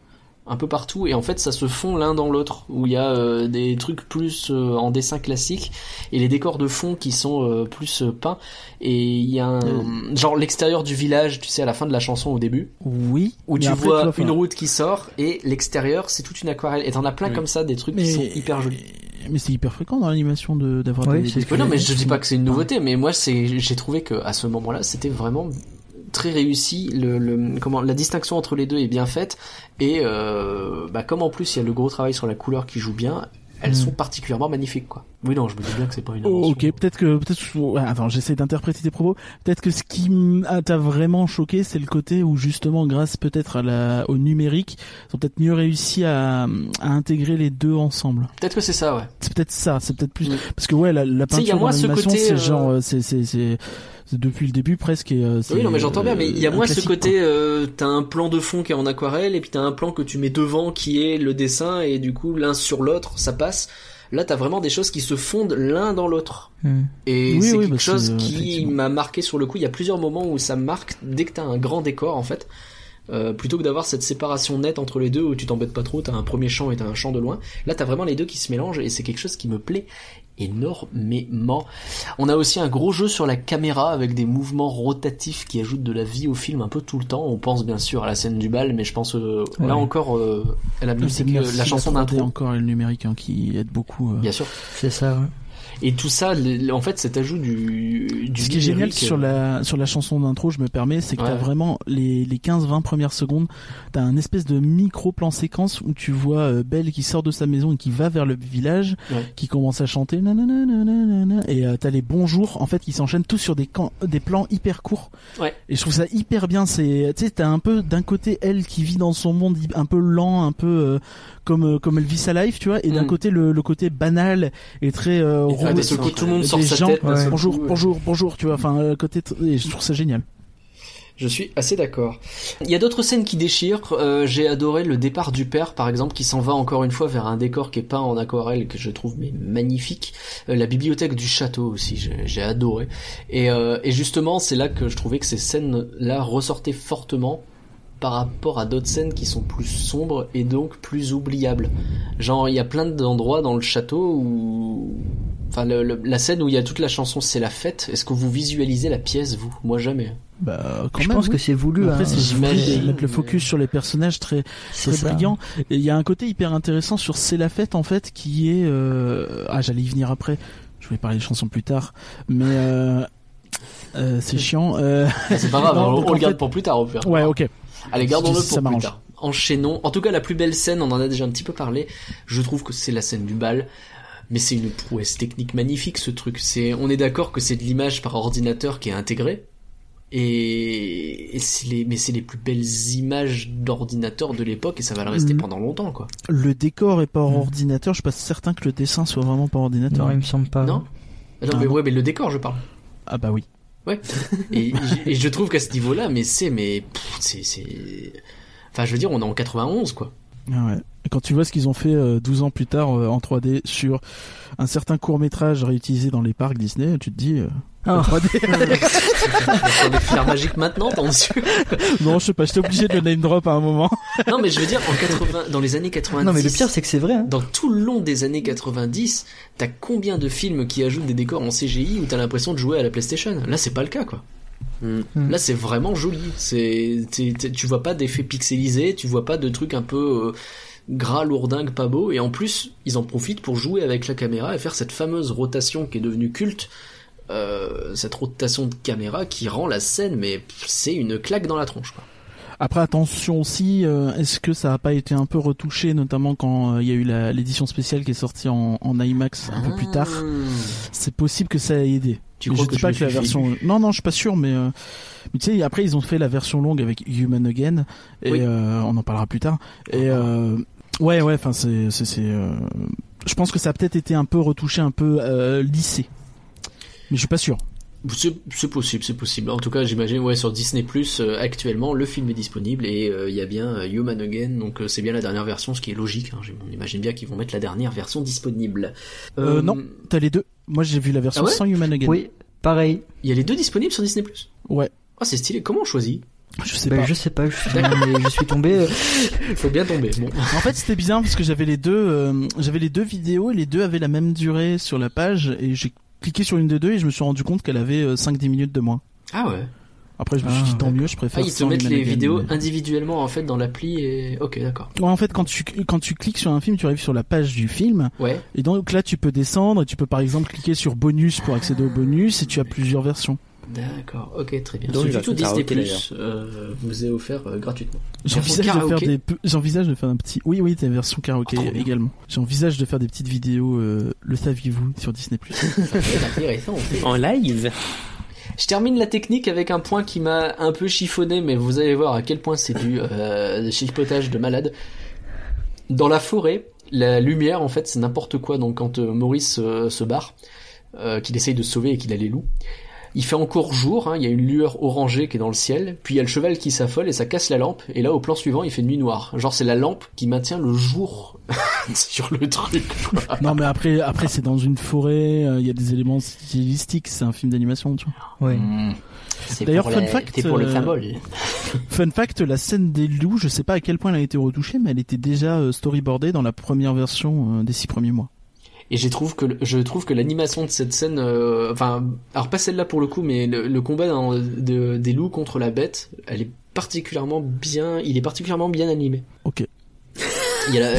Speaker 1: un peu partout, et en fait ça se fond l'un dans l'autre, où il y a des trucs plus en dessin classique et les décors de fond qui sont plus peints, et il y a genre l'extérieur du village, tu sais, à la fin de la chanson au début,
Speaker 3: oui,
Speaker 1: où tu vois une route qui sort et l'extérieur c'est toute une aquarelle, et t'en as plein comme ça, des trucs qui sont hyper jolis.
Speaker 3: Mais c'est hyper fréquent dans l'animation d'avoir des
Speaker 1: non, mais je dis pas que c'est une nouveauté, mais moi j'ai trouvé que à ce moment-là c'était vraiment très réussi, la distinction entre les deux est bien faite, et comme en plus il y a le gros travail sur la couleur qui joue bien, elles sont particulièrement magnifiques, quoi. Oui, non, je me dis bien que c'est pas une invention.
Speaker 3: Ok, peut-être attends, j'essaie d'interpréter tes propos. Peut-être que ce qui t'a vraiment choqué, c'est le côté où justement, grâce peut-être au numérique, ils ont peut-être mieux réussi à intégrer les deux ensemble.
Speaker 1: Peut-être que c'est ça, ouais.
Speaker 3: C'est peut-être plus, parce que la peinture dans l'animation, c'est genre, c'est depuis le début presque.
Speaker 1: Oui, non, mais j'entends bien, mais il y a moins ce côté, t'as un plan de fond qui est en aquarelle, et puis t'as un plan que tu mets devant qui est le dessin, et du coup l'un sur l'autre ça passe. Là t'as vraiment des choses qui se fondent l'un dans l'autre. Et c'est quelque chose qui m'a marqué sur le coup. Il y a plusieurs moments où ça me marque dès que t'as un grand décor, en fait. Plutôt que d'avoir cette séparation nette entre les deux où tu t'embêtes pas trop, t'as un premier champ et t'as un champ de loin. Là t'as vraiment les deux qui se mélangent, et c'est quelque chose qui me plaît énormément. On a aussi un gros jeu sur la caméra avec des mouvements rotatifs qui ajoutent de la vie au film un peu tout le temps. On pense bien sûr à la scène du bal, mais je pense là encore à la musique, la chanson d'intro
Speaker 3: encore, et le numérique qui aide beaucoup.
Speaker 1: Bien sûr,
Speaker 2: c'est ça. Ouais.
Speaker 1: Et tout ça, en fait, cet ajout du
Speaker 3: ce qui est génial sur la chanson d'intro, je me permets, c'est que t'as vraiment les 15-20 premières secondes, t'as un espèce de micro-plan séquence où tu vois Belle qui sort de sa maison et qui va vers le village, qui commence à chanter, et t'as les bonjours, en fait, qui s'enchaînent tous sur des plans hyper courts. Ouais. Et je trouve ça hyper bien. Tu sais, t'as un peu d'un côté elle qui vit dans son monde un peu lent, un peu comme elle vit sa life, tu vois, et d'un côté le côté banal et très
Speaker 1: tout le monde sort sa tête.
Speaker 3: Bonjour, tu vois, enfin côté et je trouve ça génial.
Speaker 1: Je suis assez d'accord. Il y a d'autres scènes qui déchirent. J'ai adoré le départ du père, par exemple, qui s'en va encore une fois vers un décor qui est peint en aquarelle, que je trouve magnifique. La bibliothèque du château aussi, j'ai adoré. Et justement, c'est là que je trouvais que ces scènes-là ressortaient fortement par rapport à d'autres scènes qui sont plus sombres et donc plus oubliables. Genre, il y a plein d'endroits dans le château où... Enfin, la scène où il y a toute la chanson, c'est la fête. Est-ce que vous visualisez la pièce, vous ? Moi, jamais.
Speaker 2: Je pense que c'est voulu.
Speaker 3: Après, c'est voulu mettre le focus sur les personnages très brillants. Et il y a un côté hyper intéressant sur C'est la fête, en fait, qui est... j'allais y venir après. Je voulais parler de chansons plus tard. Mais... c'est chiant.
Speaker 1: C'est pas grave, on le garde pour plus tard, au pire.
Speaker 3: Ouais, ok.
Speaker 1: Allez, gardons-le pour plus tard. Enchaînons. En tout cas, la plus belle scène, on en a déjà un petit peu parlé. Je trouve que c'est la scène du bal. Mais c'est une prouesse technique magnifique, ce truc. On est d'accord que c'est de l'image par ordinateur qui est intégrée. Et c'est les plus belles images d'ordinateur de l'époque, et ça va le rester pendant longtemps, quoi.
Speaker 3: Le décor est par ordinateur. Je suis pas certain que le dessin soit vraiment par ordinateur.
Speaker 2: Non, il me semble pas.
Speaker 1: Non? Mais le décor, je parle.
Speaker 3: Ah bah oui.
Speaker 1: Ouais. et je trouve qu'à ce niveau-là, enfin, je veux dire, on est en 91, quoi.
Speaker 3: Ah ouais. Et quand tu vois ce qu'ils ont fait 12 ans plus tard en 3D sur un certain court-métrage réutilisé dans les parcs Disney, tu te dis... 3D.
Speaker 1: Sur les fers magiques maintenant, t'en es sûr?
Speaker 3: Non, je sais pas, j'étais obligé de le name drop à un moment.
Speaker 1: Non, mais je veux dire, dans les années 90...
Speaker 2: Non, mais le pire, c'est que c'est vrai. Hein.
Speaker 1: Dans tout le long des années 90, t'as combien de films qui ajoutent des décors en CGI où t'as l'impression de jouer à la PlayStation? Là, c'est pas le cas, quoi. Là, c'est vraiment joli. Tu vois pas d'effets pixelisés, tu vois pas de trucs un peu gras, lourdingue, pas beau. Et en plus, ils en profitent pour jouer avec la caméra et faire cette fameuse rotation qui est devenue culte. Cette rotation de caméra qui rend la scène, mais c'est une claque dans la tronche, quoi.
Speaker 3: Après, attention aussi, est-ce que ça a pas été un peu retouché, notamment quand il y a eu l'édition spéciale qui est sortie en IMAX un peu plus tard. C'est possible que ça ait aidé.
Speaker 1: Tu crois que
Speaker 3: dis pas que la version... Non, je suis pas sûr, mais tu sais, après ils ont fait la version longue avec Human Again, et on en parlera plus tard. Et ouais, enfin c'est je pense que ça a peut-être été un peu retouché, un peu lissé. Mais je suis pas sûr.
Speaker 1: C'est possible. En tout cas, j'imagine, sur Disney+, actuellement, le film est disponible, et il y a bien Human Again, donc c'est bien la dernière version, ce qui est logique, hein. On imagine bien qu'ils vont mettre la dernière version disponible.
Speaker 3: Non, t'as les deux. Moi, j'ai vu la version sans Human Again.
Speaker 2: Oui, pareil.
Speaker 1: Il y a les deux disponibles sur Disney+.
Speaker 3: Ouais.
Speaker 1: Ah, c'est stylé. Comment on choisit?
Speaker 3: Je sais pas.
Speaker 2: Je sais pas, mais je suis tombé.
Speaker 1: Faut bien tomber. Bon.
Speaker 3: En fait, c'était bizarre parce que j'avais les deux vidéos et les deux avaient la même durée sur la page et j'ai cliqué sur une des deux et je me suis rendu compte qu'elle avait 5-10 minutes de moins.
Speaker 1: Ah ouais.
Speaker 3: Après, je me suis dit tant mieux, je préfère.
Speaker 1: Ils te mettent les vidéos individuellement en fait dans l'appli et ok, d'accord.
Speaker 3: Ouais, en fait, quand tu cliques sur un film, tu arrives sur la page du film.
Speaker 1: Ouais.
Speaker 3: Et donc là, tu peux descendre et tu peux par exemple cliquer sur bonus pour accéder au bonus et tu as plusieurs versions.
Speaker 1: D'accord, ok, très bien.
Speaker 8: Donc,
Speaker 1: Ce tuto Disney+,
Speaker 8: Plus
Speaker 1: vous est offert gratuitement.
Speaker 3: J'envisage de faire un petit. Oui, t'as version karaoké également. J'envisage de faire des petites vidéos. Le saviez-vous sur Disney+.
Speaker 1: Ça fait intéressant.
Speaker 8: En live.
Speaker 1: Je termine la technique avec un point qui m'a un peu chiffonné, mais vous allez voir à quel point c'est du chipotage de malade. Dans la forêt, la lumière, en fait, c'est n'importe quoi. Donc quand Maurice se barre, qu'il essaye de se sauver et qu'il a les loups, il fait encore jour, hein, il y a une lueur orangée qui est dans le ciel, puis il y a le cheval qui s'affole et ça casse la lampe, et là au plan suivant il fait nuit noire. Genre c'est la lampe qui maintient le jour sur le truc, quoi.
Speaker 3: Non mais après c'est dans une forêt, il y a des éléments stylistiques, c'est un film d'animation, tu vois.
Speaker 2: Ouais.
Speaker 3: D'ailleurs, fun fact,
Speaker 1: c'est pour les symboles.
Speaker 3: Fun fact, la scène des loups, je sais pas à quel point elle a été retouchée, mais elle était déjà storyboardée dans la première version des 6 premiers mois.
Speaker 1: Et je trouve que l'animation de cette scène, alors pas celle-là pour le coup, mais le combat des loups contre la bête, il est particulièrement bien animé.
Speaker 3: Ok.
Speaker 1: Il y a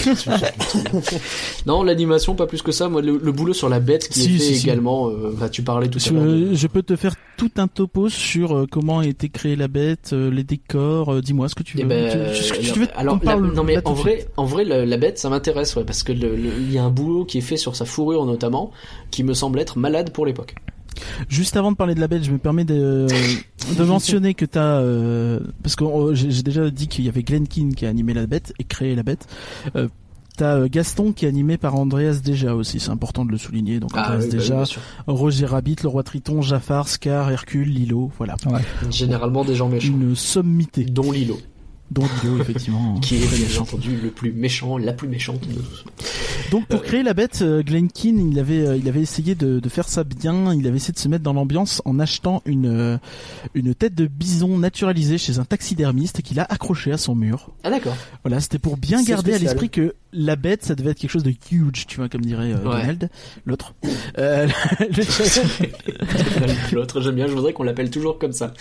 Speaker 1: non, l'animation pas plus que ça. Moi, le boulot sur la bête qui est fait également. Tu parlais tout à l'heure.
Speaker 3: Je peux te faire tout un topo sur comment a été créée la bête, les décors. Dis-moi ce que tu veux. Tu veux.
Speaker 1: Alors, en vrai, la bête, ça m'intéresse, ouais, parce que il y a un boulot qui est fait sur sa fourrure notamment, qui me semble être malade pour l'époque.
Speaker 3: Juste avant de parler de la bête, je me permets de mentionner que t'as parce que j'ai déjà dit qu'il y avait Glen Keane qui a animé la bête et créé la bête. T'as Gaston qui est animé par Andreas Deja aussi, c'est important de le souligner. Donc Andreas Deja, Roger Rabbit, le roi Triton, Jafar, Scar, Hercule, Lilo, voilà.
Speaker 1: Ouais. Généralement des gens méchants.
Speaker 3: Une sommité.
Speaker 1: Dont Lilo,
Speaker 3: effectivement.
Speaker 1: Qui est bien entendu le plus méchant, la plus méchante de tous.
Speaker 3: Donc pour créer la bête, Glen Keane, il avait essayé de faire ça bien, il avait essayé de se mettre dans l'ambiance en achetant une tête de bison naturalisée chez un taxidermiste qu'il a accrochée à son mur.
Speaker 1: Ah d'accord.
Speaker 3: Voilà, c'était pour bien garder à l'esprit que la bête, ça devait être quelque chose de huge, tu vois, comme dirait Donald, l'autre.
Speaker 1: L'autre, j'aime bien, je voudrais qu'on l'appelle toujours comme ça.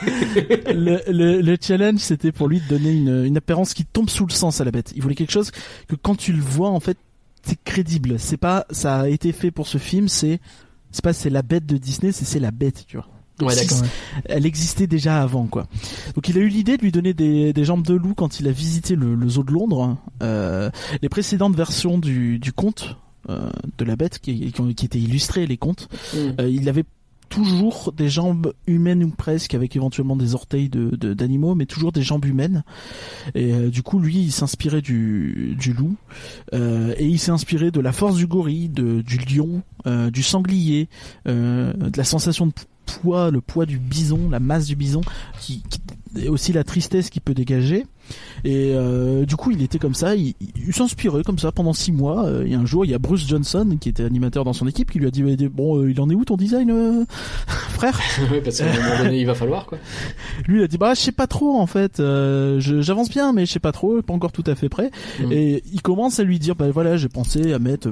Speaker 3: le challenge, c'était pour lui de donner une apparence qui tombe sous le sens à la bête. Il voulait quelque chose que quand tu le vois, en fait, c'est crédible. C'est pas, ça a été fait pour ce film, c'est la bête de Disney, c'est la bête, tu vois. Donc,
Speaker 1: ouais, d'accord.
Speaker 3: Elle existait déjà avant, quoi. Donc il a eu l'idée de lui donner des jambes de loup quand il a visité le zoo de Londres. Les précédentes versions du conte de la bête qui étaient illustrées, les contes, il avait toujours des jambes humaines ou presque, avec éventuellement des orteils d'animaux, mais toujours des jambes humaines. Et du coup, lui, il s'inspirait du loup, et il s'est inspiré de la force du gorille, du lion, du sanglier, de la sensation de poids, le poids du bison, la masse du bison, et aussi la tristesse qu'il peut dégager. Et du coup il était comme ça, il s'inspirait comme ça pendant 6 mois. Et un jour il y a Bruce Johnson qui était animateur dans son équipe qui lui a dit bon il en est où ton design frère?
Speaker 1: Oui, parce qu'à un moment donné il va falloir, quoi.
Speaker 3: Lui il a dit je sais pas trop en fait, j'avance bien mais je sais pas trop, pas encore tout à fait prêt. Et il commence à lui dire voilà, j'ai pensé à mettre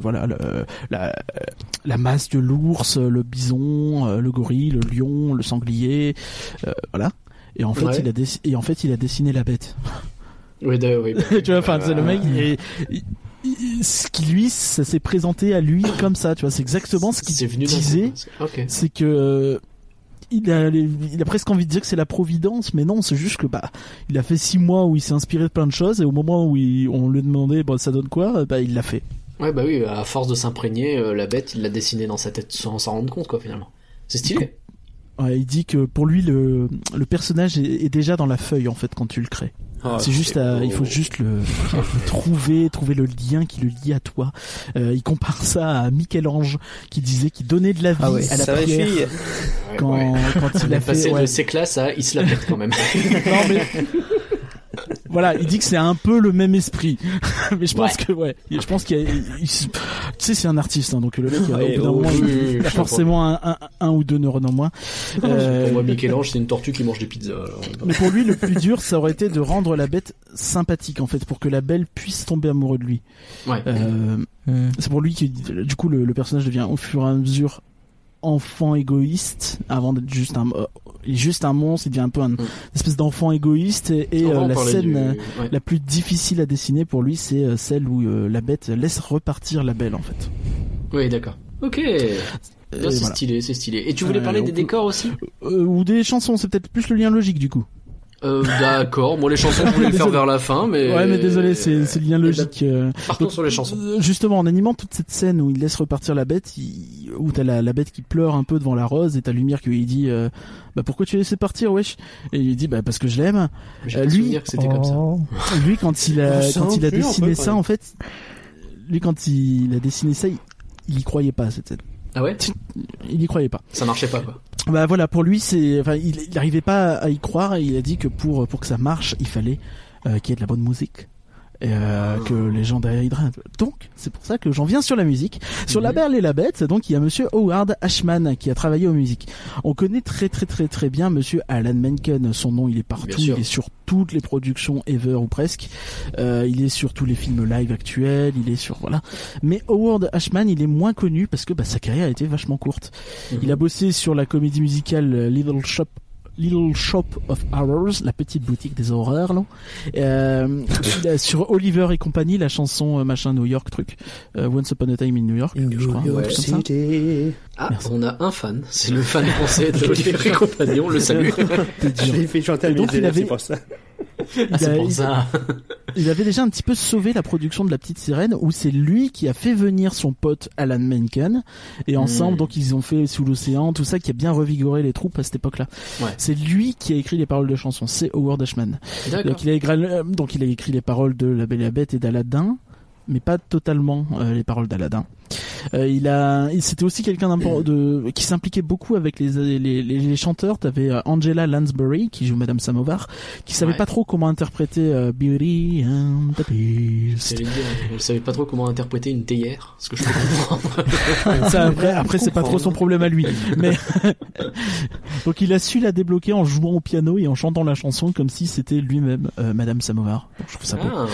Speaker 3: la masse de l'ours, le bison, le gorille, le lion, le sanglier, voilà. Et en fait, il a dessiné la bête.
Speaker 1: Oui.
Speaker 3: Tu vois, enfin, c'est le mec. Ce qui lui, ça s'est présenté à lui comme ça. Tu vois, c'est exactement ce qu'il disait.
Speaker 1: Okay.
Speaker 3: C'est que il a presque envie de dire que c'est la providence, mais non, c'est juste que il a fait 6 mois où il s'est inspiré de plein de choses et au moment où on lui demandait ça donne quoi, il l'a fait.
Speaker 1: Ouais, oui, à force de s'imprégner, la bête, il l'a dessinée dans sa tête sans s'en rendre compte, quoi, finalement. C'est stylé.
Speaker 3: Ouais, il dit que pour lui le personnage est déjà dans la feuille en fait quand tu le crées. C'est juste il faut juste le trouver le lien qui le lie à toi. Il compare ça à Michel-Ange qui disait qu'il donnait de la vie à la prière. Quand il a
Speaker 1: passé
Speaker 3: fait
Speaker 1: de ses classes à il se la pète quand même.
Speaker 3: Non mais Voilà, il dit que c'est un peu le même esprit. Mais je pense que je pense qu'il y a, tu sais, c'est un artiste, hein, donc le mec, au bout d'un moment, il a forcément un ou deux neurones en moins.
Speaker 1: Pour moi, Michel-Ange, c'est une tortue qui mange des pizzas.
Speaker 3: Mais pour lui, le plus dur, ça aurait été de rendre la bête sympathique, en fait, pour que la belle puisse tomber amoureux de lui.
Speaker 1: Ouais.
Speaker 3: C'est pour lui que, du coup, le personnage devient au fur et à mesure enfant égoïste, avant d'être juste un monstre, il devient un peu une espèce d'enfant égoïste, et la scène la plus difficile à dessiner pour lui, c'est celle où la bête laisse repartir la belle, en fait.
Speaker 1: Oui, d'accord. Ok. C'est stylé, c'est stylé. Et tu voulais parler des décors aussi
Speaker 3: ou des chansons, c'est peut-être plus le lien logique du coup.
Speaker 1: D'accord, moi les chansons je voulais le faire vers la fin, mais...
Speaker 3: Ouais, mais désolé, c'est le lien logique.
Speaker 1: Partons sur les chansons.
Speaker 3: Justement, en animant toute cette scène où il laisse repartir la bête, où t'as la bête qui pleure un peu devant la rose, et t'as Lumière qui lui dit bah pourquoi tu l'as laissé partir, wesh? Et il lui dit bah parce que je l'aime.
Speaker 1: Lui, que c'était comme ça.
Speaker 3: Lui, quand il a dessiné ça, en fait, lui quand il a dessiné ça, il y croyait pas à cette scène.
Speaker 1: Ah ouais?
Speaker 3: Il y croyait pas.
Speaker 1: Ça marchait pas, quoi.
Speaker 3: Bah voilà, pour lui, il arrivait pas à y croire, et il a dit que pour que ça marche, il fallait qu'il y ait de la bonne musique. Et que les gens derrière hydratent. Donc, c'est pour ça que j'en viens sur la musique. Sur La Belle et la Bête, donc, il y a monsieur Howard Ashman qui a travaillé aux musiques. On connaît très très très très bien monsieur Alan Menken. Son nom, il est partout. Il est sur toutes les productions ever ou presque. Il est sur tous les films live actuels. Il est sur, voilà. Mais Howard Ashman, il est moins connu parce que, sa carrière a été vachement courte. Il a bossé sur la comédie musicale Little Shop of Horrors, la petite boutique des horreurs, là. Sur Oliver et compagnie, la chanson machin New York truc, Once Upon a Time in New York, je crois,
Speaker 1: New York City. On a un fan, c'est le fan français de Oliver et compagnie, on le salue.
Speaker 8: Je l'ai fait chanter à c'est pour ça.
Speaker 1: C'est pour ça.
Speaker 3: Il avait déjà un petit peu sauvé la production de La Petite Sirène, où c'est lui qui a fait venir son pote Alan Menken, et ensemble, donc ils ont fait Sous l'océan, tout ça, qui a bien revigoré les troupes à cette époque-là. Ouais. C'est lui qui a écrit les paroles de chansons, c'est Howard Ashman. Donc il a écrit les paroles de La Belle et la Bête et d'Aladin, mais pas totalement les paroles d'Aladin. C'était aussi quelqu'un qui s'impliquait beaucoup avec les chanteurs. T'avais Angela Lansbury qui joue Madame Samovar, qui savait pas trop comment interpréter Beauty and the Beast.
Speaker 1: Elle savait pas trop comment interpréter une théière, ce que je peux comprendre.
Speaker 3: Ça, après c'est pas trop son problème à lui. Mais donc il a su la débloquer en jouant au piano et en chantant la chanson comme si c'était lui-même Madame Samovar. Donc, je trouve ça beau.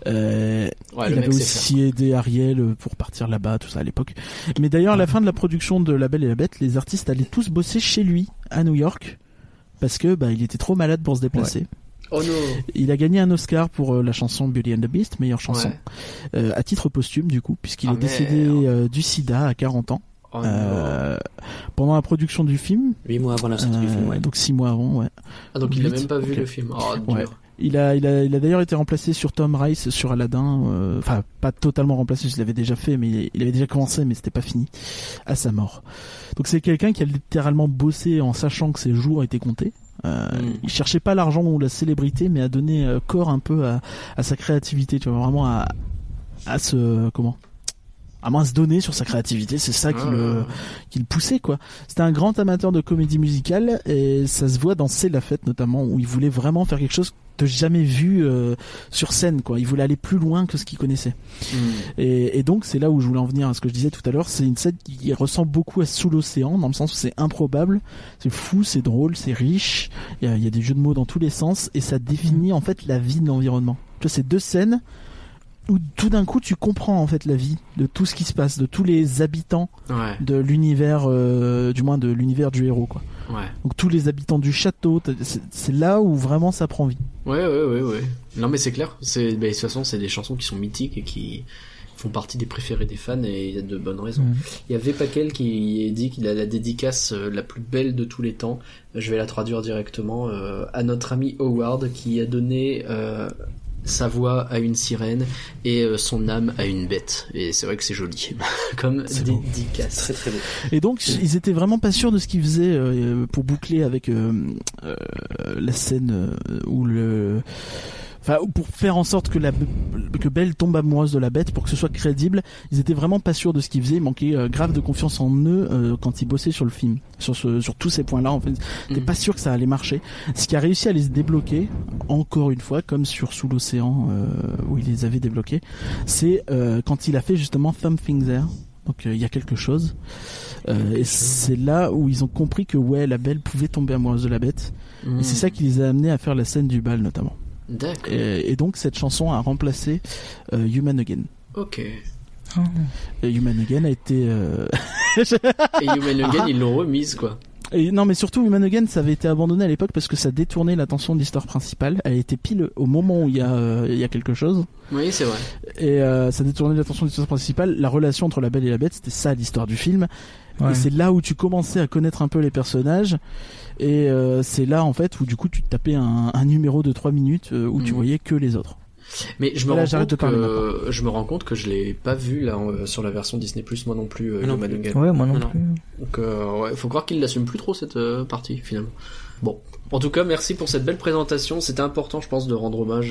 Speaker 3: Il avait aussi aidé Ariel pour partir là-bas, tout ça à l'époque. Mais d'ailleurs, à la fin de la production de La Belle et la Bête, les artistes allaient tous bosser chez lui, à New York, parce que il était trop malade pour se déplacer. Ouais.
Speaker 1: Oh non.
Speaker 3: Il a gagné un Oscar pour la chanson Beauty and the Beast, meilleure chanson, à titre posthume du coup, puisqu'il est décédé du sida à 40 ans. Pendant la production du film.
Speaker 8: 8 mois avant la sortie du film,
Speaker 3: donc 6 mois avant,
Speaker 1: donc il a même pas vu le film. Dur.
Speaker 3: Il a d'ailleurs été remplacé sur Tom Rice sur Aladdin, enfin pas totalement remplacé, il l'avait déjà fait, mais il avait déjà commencé, mais c'était pas fini à sa mort. Donc c'est quelqu'un qui a littéralement bossé en sachant que ses jours étaient comptés. Il cherchait pas l'argent ou la célébrité, mais à donner corps un peu à sa créativité, tu vois, vraiment à se donner sur sa créativité, c'est ça qui le poussait, quoi. C'était un grand amateur de comédie musicale, et ça se voit dans C'est la fête notamment, où il voulait vraiment faire quelque chose de jamais vu sur scène, quoi. Il voulait aller plus loin que ce qu'il connaissait. Et donc c'est là où je voulais en venir à ce que je disais tout à l'heure. C'est une scène qui ressemble beaucoup à Sous l'océan, dans le sens où c'est improbable, c'est fou, c'est drôle, c'est riche. Il y a des jeux de mots dans tous les sens, et ça définit en fait la vie de l'environnement. Tu vois, c'est deux scènes où tout d'un coup tu comprends en fait la vie de tout ce qui se passe, de tous les habitants de l'univers, du moins de l'univers du héros, quoi. Donc tous les habitants du château, c'est là où vraiment ça prend vie.
Speaker 1: Ouais. Non mais c'est clair, de toute façon c'est des chansons qui sont mythiques et qui font partie des préférés des fans, et il y a de bonnes raisons. Il y avait Paquel qui dit qu'il a la dédicace la plus belle de tous les temps. Je vais la traduire directement à notre ami Howard, qui a donné sa voix à une sirène et son âme à une bête. Et c'est vrai que c'est joli comme dédicace.
Speaker 8: Très très beau.
Speaker 3: Et donc ils étaient vraiment pas sûrs de ce qu'ils faisaient pour boucler avec la scène où Enfin, pour faire en sorte que Belle tombe amoureuse de la Bête, pour que ce soit crédible, ils étaient vraiment pas sûrs de ce qu'ils faisaient. Il manquait grave de confiance en eux quand ils bossaient sur le film, sur tous ces points-là. En fait, ils étaient pas sûrs que ça allait marcher. Ce qui a réussi à les débloquer, encore une fois, comme sur Sous l'océan où il les avait débloqués, c'est quand il a fait justement Something There. Donc il y a quelque chose. Et c'est là où ils ont compris que la Belle pouvait tomber amoureuse de la Bête. Et c'est ça qui les a amenés à faire la scène du bal notamment.
Speaker 1: D'accord.
Speaker 3: Et donc cette chanson a remplacé Human Again.
Speaker 1: Ok.
Speaker 3: Human Again a été...
Speaker 1: Et Human Again, ils l'ont remise, quoi.
Speaker 3: Et non, mais surtout Human Again, ça avait été abandonné à l'époque parce que ça détournait l'attention de l'histoire principale. Elle était pile au moment où il y a quelque chose.
Speaker 1: Oui, c'est vrai.
Speaker 3: Et ça détournait l'attention de l'histoire principale. La relation entre la Belle et la Bête, c'était ça l'histoire du film. Ouais. Et c'est là où tu commençais à connaître un peu les personnages. Et c'est là en fait où du coup tu tapais un numéro de 3 minutes où tu voyais que les autres.
Speaker 1: Mais je me rends compte que je l'ai pas vu là sur la version Disney Plus, moi non plus.
Speaker 2: Ouais, moi non plus.
Speaker 1: Donc faut croire qu'il l'assume plus trop cette partie finalement. Bon, en tout cas merci pour cette belle présentation. C'était important, je pense, de rendre hommage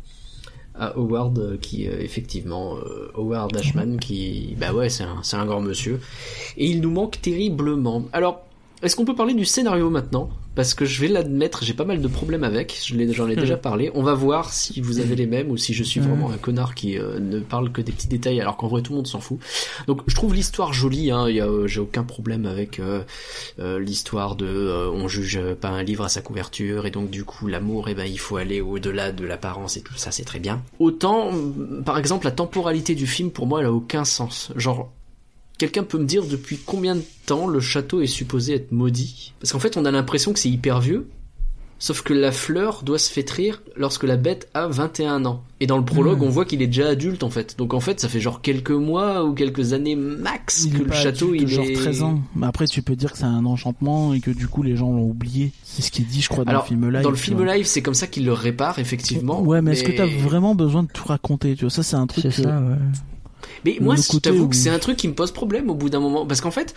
Speaker 1: à Howard qui effectivement Howard Ashman qui c'est un grand monsieur et il nous manque terriblement. Alors est-ce qu'on peut parler du scénario maintenant ? Parce que je vais l'admettre, j'ai pas mal de problèmes avec, j'en ai déjà parlé. On va voir si vous avez les mêmes ou si je suis vraiment un connard qui ne parle que des petits détails alors qu'en vrai tout le monde s'en fout. Donc je trouve l'histoire jolie, hein, j'ai aucun problème avec l'histoire de on juge pas un livre à sa couverture et donc du coup l'amour, il faut aller au-delà de l'apparence et tout ça, c'est très bien. Autant, par exemple, la temporalité du film pour moi elle a aucun sens. Genre, quelqu'un peut me dire depuis combien de temps le château est supposé être maudit ? Parce qu'en fait, on a l'impression que c'est hyper vieux, sauf que la fleur doit se fétrir lorsque la Bête a 21 ans. Et dans le prologue, on voit qu'il est déjà adulte, en fait. Donc en fait, ça fait genre quelques mois ou quelques années max que le château, il est...
Speaker 3: genre 13 ans. Mais après, tu peux dire que c'est un enchantement et que du coup, les gens l'ont oublié. C'est ce qui est dit, je crois, dans le film live.
Speaker 1: Dans le film live, c'est comme ça qu'il le répare, effectivement.
Speaker 3: Ouais, mais est-ce que t'as vraiment besoin de tout raconter ? Tu vois, ça, c'est un truc...
Speaker 2: C'est ça, ouais.
Speaker 1: Mais moi, je t'avoue que c'est un truc qui me pose problème au bout d'un moment. Parce qu'en fait,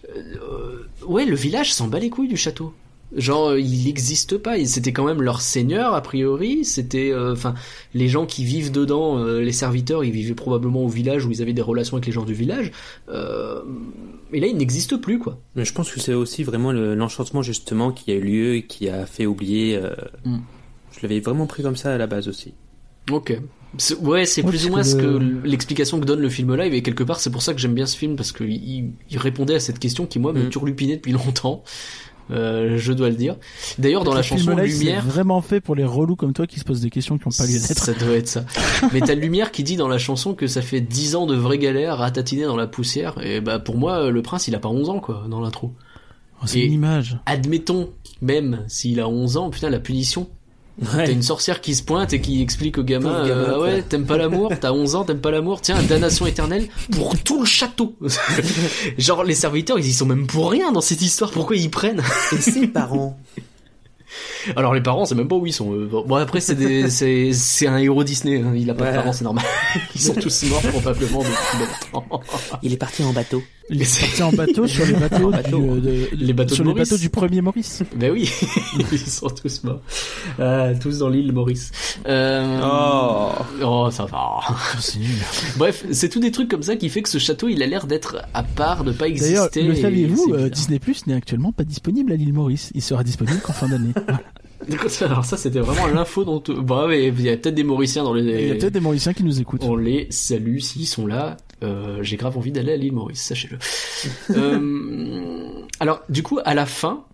Speaker 1: le village s'en bat les couilles du château. Genre, il n'existe pas. C'était quand même leur seigneur, a priori. C'était, les gens qui vivent dedans, les serviteurs, ils vivaient probablement au village où ils avaient des relations avec les gens du village. Et là, il n'existe plus, quoi.
Speaker 8: Mais je pense que c'est aussi vraiment l'enchantement, justement, qui a eu lieu et qui a fait oublier. Je l'avais vraiment pris comme ça à la base aussi.
Speaker 1: Ok. C'est plus ou moins ce que l'explication que donne le film live, et quelque part c'est pour ça que j'aime bien ce film, parce que il répondait à cette question qui moi me turlupinait depuis longtemps. Je dois le dire. D'ailleurs, dans la chanson Lumière,
Speaker 3: c'est vraiment fait pour les relous comme toi qui se posent des questions qui n'ont pas lieu d'être.
Speaker 1: Ça doit être ça. Mais t'as Lumière qui dit dans la chanson que ça fait 10 ans de vraie galère ratatiner dans la poussière, et pour moi le prince il a pas 11 ans quoi dans l'intro.
Speaker 3: C'est une image.
Speaker 1: Admettons même s'il a 11 ans, putain la punition.
Speaker 8: Ouais.
Speaker 1: T'as une sorcière qui se pointe et qui explique au gamin, t'aimes pas l'amour, t'as 11 ans, t'aimes pas l'amour, tiens, damnation éternelle pour tout le château. Genre les serviteurs ils y sont même pour rien dans cette histoire, pourquoi ils prennent?
Speaker 8: Et ses parents?
Speaker 1: Alors les parents, c'est même pas où ils sont. Bon après c'est un héros Disney, hein. Il a pas de parents, c'est normal. Ils sont tous morts probablement depuis longtemps.
Speaker 8: Il est parti en bateau.
Speaker 3: Il est parti en bateau sur les bateaux
Speaker 1: les bateaux
Speaker 3: du premier Maurice.
Speaker 1: Ben oui, ils sont tous morts. Tous dans l'île Maurice. Oh, ça va.
Speaker 3: C'est nul.
Speaker 1: Bref, c'est tous des trucs comme ça qui fait que ce château, il a l'air d'être à part, de pas exister.
Speaker 3: D'ailleurs, le saviez-vous, Disney Plus n'est actuellement pas disponible à l'île Maurice. Il sera disponible qu'en fin d'année.
Speaker 1: Alors ça, c'était vraiment l'info dont... Bon, mais il y a peut-être des Mauriciens dans les...
Speaker 3: Il y a peut-être des Mauriciens qui nous écoutent.
Speaker 1: On les salue s'ils sont là. J'ai grave envie d'aller à l'île Maurice, sachez-le. Alors, du coup, à la fin...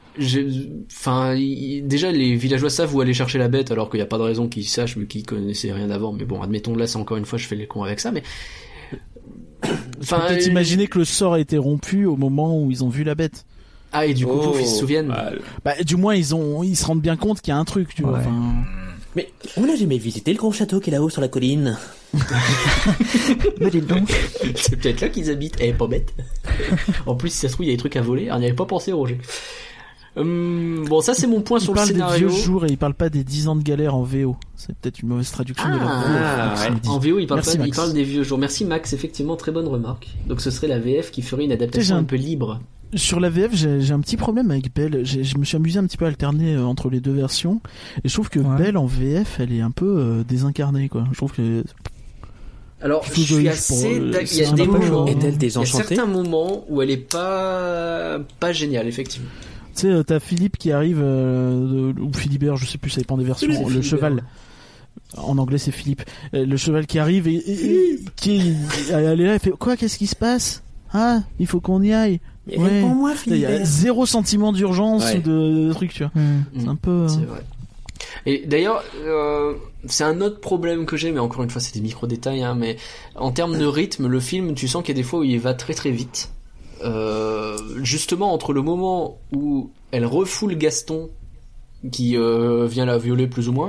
Speaker 1: déjà les villageois savent où aller chercher la bête alors qu'il n'y a pas de raison qu'ils sachent mais qu'ils connaissaient rien avant, mais bon admettons là c'est encore une fois je fais les cons avec ça, mais
Speaker 3: peut-être imaginer que le sort a été rompu au moment où ils ont vu la bête.
Speaker 1: Ah et du coup ils se souviennent.
Speaker 3: Du moins ils se rendent bien compte qu'il y a un truc, tu vois.
Speaker 8: Mais on n'a jamais visité le grand château qui est là-haut sur la colline.
Speaker 2: Mais dites donc.
Speaker 1: C'est peut-être là qu'ils habitent. Pas bête. En plus si ça se trouve il y a des trucs à voler, on n'y avait pas pensé Roger. Bon, ça c'est mon point sur le
Speaker 3: scénario. Il parle des vieux jours et il parle pas des 10 ans de galère en VO. C'est peut-être une mauvaise traduction de la VO.
Speaker 1: Ouais. En VO, il parle des vieux jours. Merci Max, effectivement, très bonne remarque. Donc ce serait la VF qui ferait une adaptation un peu libre.
Speaker 3: Sur la VF, j'ai un petit problème avec Belle. Je me suis amusé un petit peu à alterner entre les deux versions. Et je trouve que Belle en VF, elle est un peu désincarnée, quoi. Je trouve que...
Speaker 1: Alors, je suis assez... Il y a des moments... Il y a certains moments où elle est pas géniale, effectivement.
Speaker 3: Tu sais, t'as Philippe qui arrive, ou Philibert, je sais plus, ça dépend des versions, le cheval. En anglais, c'est Philippe. Le cheval qui arrive et qui elle est là, elle fait quoi, qu'est-ce qui se passe? Ah, il faut qu'on y aille.
Speaker 8: Ouais. Pour moi, Philibert.
Speaker 3: Il y a zéro sentiment d'urgence ou de truc, tu vois. C'est un peu...
Speaker 1: C'est vrai. Et d'ailleurs, c'est un autre problème que j'ai, mais encore une fois, c'est des micro-détails, hein, mais en termes de rythme, le film, tu sens qu'il y a des fois où il va très très vite. Justement, entre le moment où elle refoule Gaston, qui vient la violer plus ou moins,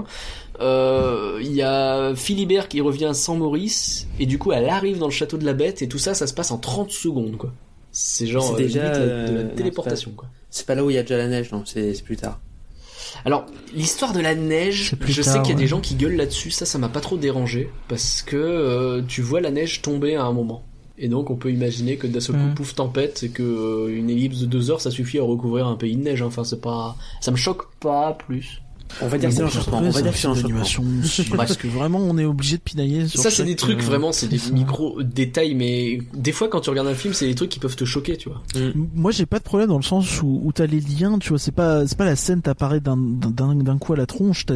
Speaker 1: il y a Philibert qui revient sans Maurice, et du coup, elle arrive dans le château de la Bête, et tout ça, ça se passe en 30 secondes, quoi. C'est genre
Speaker 8: c'est déjà,
Speaker 1: de la téléportation, quoi.
Speaker 8: C'est pas là où il y a déjà la neige, non, c'est plus tard.
Speaker 1: Alors, l'histoire de la neige, je sais qu'il y a des gens qui gueulent là-dessus, ça m'a pas trop dérangé, parce que tu vois la neige tomber à un moment. Et donc, on peut imaginer que d'un seul coup, pouf, tempête, et que une ellipse de 2 heures, ça suffit à recouvrir un pays de neige. Enfin, c'est pas, ça me choque pas plus.
Speaker 8: On va dire que c'est l'enchantement. On va dire que c'est l'animation.
Speaker 3: Parce que vraiment, on est obligé de pinailler sur
Speaker 1: ça, c'est des trucs, vraiment, c'est des micro détails, mais des fois, quand tu regardes un film, c'est des trucs qui peuvent te choquer, tu vois.
Speaker 3: Moi, j'ai pas de problème dans le sens où t'as les liens, tu vois, c'est pas la scène t'apparaît d'un coup à la tronche,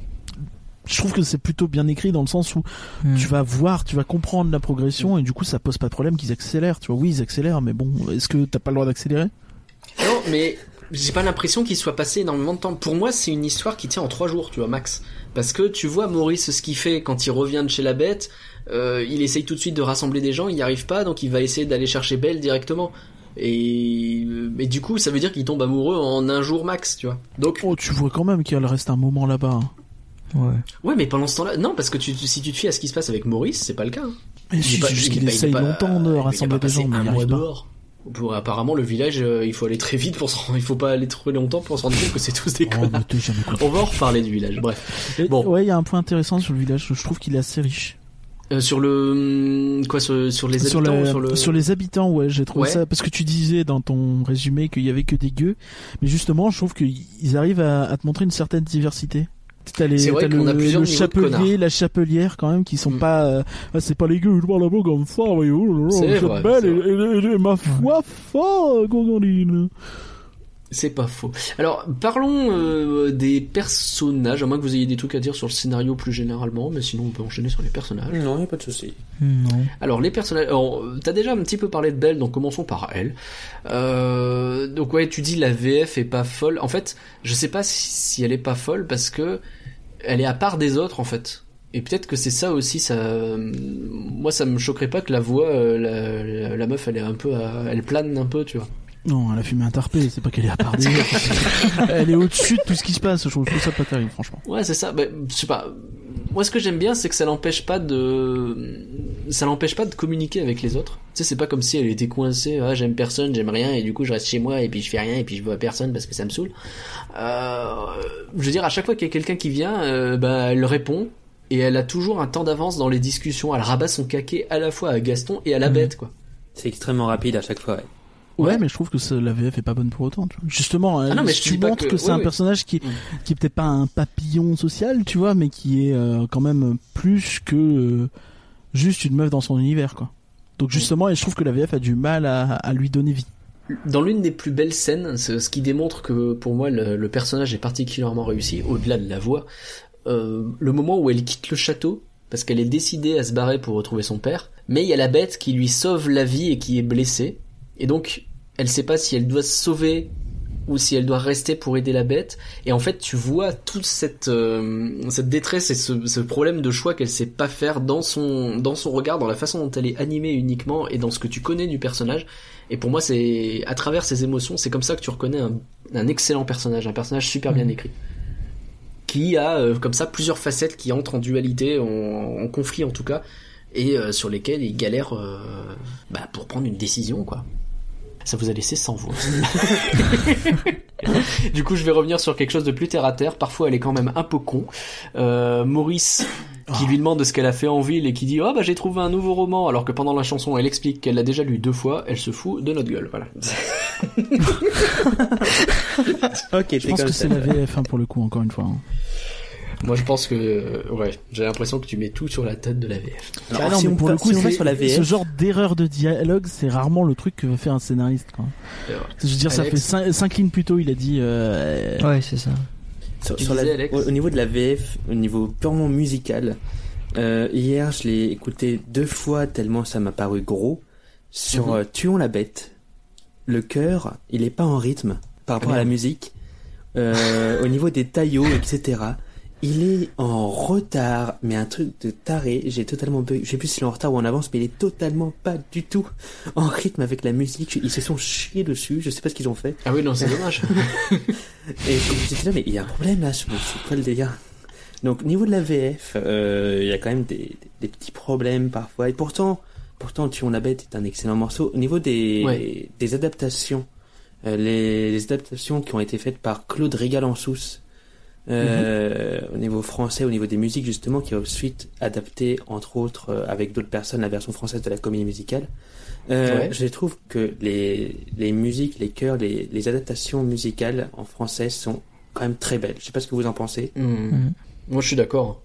Speaker 3: je trouve que c'est plutôt bien écrit dans le sens où tu vas comprendre la progression et du coup, ça pose pas de problème qu'ils accélèrent, tu vois. Oui, ils accélèrent, mais bon, est-ce que t'as pas le droit d'accélérer?
Speaker 1: Non, mais j'ai pas l'impression qu'il soit passé énormément de temps. Pour moi, c'est une histoire qui tient en 3 jours, tu vois, max. Parce que tu vois Maurice ce qu'il fait quand il revient de chez la Bête, il essaye tout de suite de rassembler des gens, il y arrive pas, donc il va essayer d'aller chercher Belle directement. Et du coup, ça veut dire qu'il tombe amoureux en 1 jour max, tu vois. Donc,
Speaker 3: tu vois quand même qu'il reste un moment là-bas.
Speaker 1: Ouais, mais pendant ce temps-là, non, parce que si tu te fies à ce qui se passe avec Maurice, c'est pas le cas. Hein.
Speaker 3: Mais c'est juste qu'il essaye longtemps de rassembler des gens, mais il arrive pas.
Speaker 1: Pour apparemment le village, il faut aller très vite il faut pas aller trop longtemps pour se rendre compte que c'est tous des connards. On va en reparler du village, bref. Bon.
Speaker 3: Ouais, il y a un point intéressant sur le village, je trouve qu'il est assez riche.
Speaker 1: Sur les habitants,
Speaker 3: sur les habitants, ouais, j'ai trouvé ça, parce que tu disais dans ton résumé qu'il y avait que des gueux, mais justement, je trouve qu'ils arrivent à te montrer une certaine diversité. T'as
Speaker 1: c'est vrai qu'on a plusieurs niveaux de connards.
Speaker 3: La chapelière quand même qui sont pas c'est pas les gueux, je parle un peu comme ça,
Speaker 1: c'est vrai,
Speaker 3: belle et ma foi Gogorine.
Speaker 1: C'est pas faux. Alors, parlons des personnages, à moins que vous ayez des trucs à dire sur le scénario plus généralement, mais sinon on peut enchaîner sur les personnages.
Speaker 8: Non, y a pas de souci.
Speaker 2: Non.
Speaker 1: Alors, les personnages... t'as déjà un petit peu parlé de Belle, donc commençons par elle. Donc ouais, tu dis la VF est pas folle. En fait, je sais pas si elle est pas folle, parce que elle est à part des autres, en fait. Et peut-être que c'est ça aussi, moi ça me choquerait pas que la voix, la meuf, elle est un peu, elle plane un peu, tu vois.
Speaker 3: Non, elle a fumé un tarpé, c'est pas qu'elle est à part des autres. Elle est au-dessus de tout ce qui se passe, je trouve ça pas terrible, franchement.
Speaker 1: Ouais, c'est ça, je sais pas. Moi, ce que j'aime bien, c'est que ça l'empêche pas de communiquer avec les autres. Tu sais, c'est pas comme si elle était coincée, j'aime personne, j'aime rien, et du coup, je reste chez moi, et puis je fais rien, et puis je vois personne parce que ça me saoule. Je veux dire, à chaque fois qu'il y a quelqu'un qui vient, elle répond, et elle a toujours un temps d'avance dans les discussions. Elle rabat son caquet à la fois à Gaston et à la Bête, quoi.
Speaker 8: C'est extrêmement rapide à chaque fois, ouais.
Speaker 3: Ouais, mais je trouve que la VF est pas bonne pour autant, tu vois. Justement, tu montres que c'est un personnage qui est peut-être pas un papillon social, tu vois, mais qui est quand même plus que juste une meuf dans son univers, quoi. Donc justement, et je trouve que la VF a du mal à lui donner vie.
Speaker 1: Dans l'une des plus belles scènes, ce qui démontre que pour moi le personnage est particulièrement réussi, au-delà de la voix, le moment où elle quitte le château, parce qu'elle est décidée à se barrer pour retrouver son père, mais il y a la Bête qui lui sauve la vie et qui est blessée. Et donc, elle sait pas si elle doit se sauver ou si elle doit rester pour aider la Bête. Et en fait, tu vois toute cette détresse et ce problème de choix qu'elle sait pas faire dans son regard, dans la façon dont elle est animée uniquement et dans ce que tu connais du personnage. Et pour moi, c'est à travers ces émotions, c'est comme ça que tu reconnais un excellent personnage, un personnage super bien écrit, qui a comme ça plusieurs facettes qui entrent en dualité, en conflit en tout cas, et sur lesquelles il galère pour prendre une décision, quoi. Ça vous a laissé sans voix. Du coup, je vais revenir sur quelque chose de plus terre à terre. Parfois, elle est quand même un peu con. Maurice, qui lui demande de ce qu'elle a fait en ville et qui dit j'ai trouvé un nouveau roman, alors que pendant la chanson, elle explique qu'elle l'a déjà lu 2 fois. Elle se fout de notre gueule. Voilà.
Speaker 8: Ok,
Speaker 3: je pense que c'est la VF pour le coup, encore une fois.
Speaker 1: Moi, je pense que j'ai l'impression que tu mets tout sur la tête de la VF.
Speaker 3: Alors, non, mais pour le coup, sur la VF, ce genre d'erreur de dialogue, c'est rarement le truc que veut faire un scénariste. Quoi. Je veux dire, Alex, ça fait 5 lignes plus tôt, il a dit.
Speaker 2: Ouais, c'est ça.
Speaker 8: Au niveau de la VF, au niveau purement musical, hier, je l'ai écouté 2 fois tellement ça m'a paru gros. Sur Tuons la bête, le chœur, il est pas en rythme par rapport à la musique. Au niveau des taillots, etc. Il est en retard, mais un truc de taré. J'ai totalement bug. Je sais plus s'il est en retard ou en avance, mais il est totalement pas du tout en rythme avec la musique. Ils se sont chiés dessus. Je sais pas ce qu'ils ont fait.
Speaker 1: Ah oui, non, c'est dommage.
Speaker 8: Et j'étais là, mais il y a un problème là. C'est pas le délire. Donc, niveau de la VF, il y a quand même des petits problèmes parfois. Et pourtant, Tuons la bête est un excellent morceau. Au niveau des adaptations, les adaptations qui ont été faites par Claude Régal-en-Sousse, au niveau français, au niveau des musiques justement, qui a ensuite adapté entre autres avec d'autres personnes la version française de la comédie musicale. Je trouve que les musiques, les chœurs, les adaptations musicales en français sont quand même très belles. Je sais pas ce que vous en pensez.
Speaker 1: Moi je suis d'accord,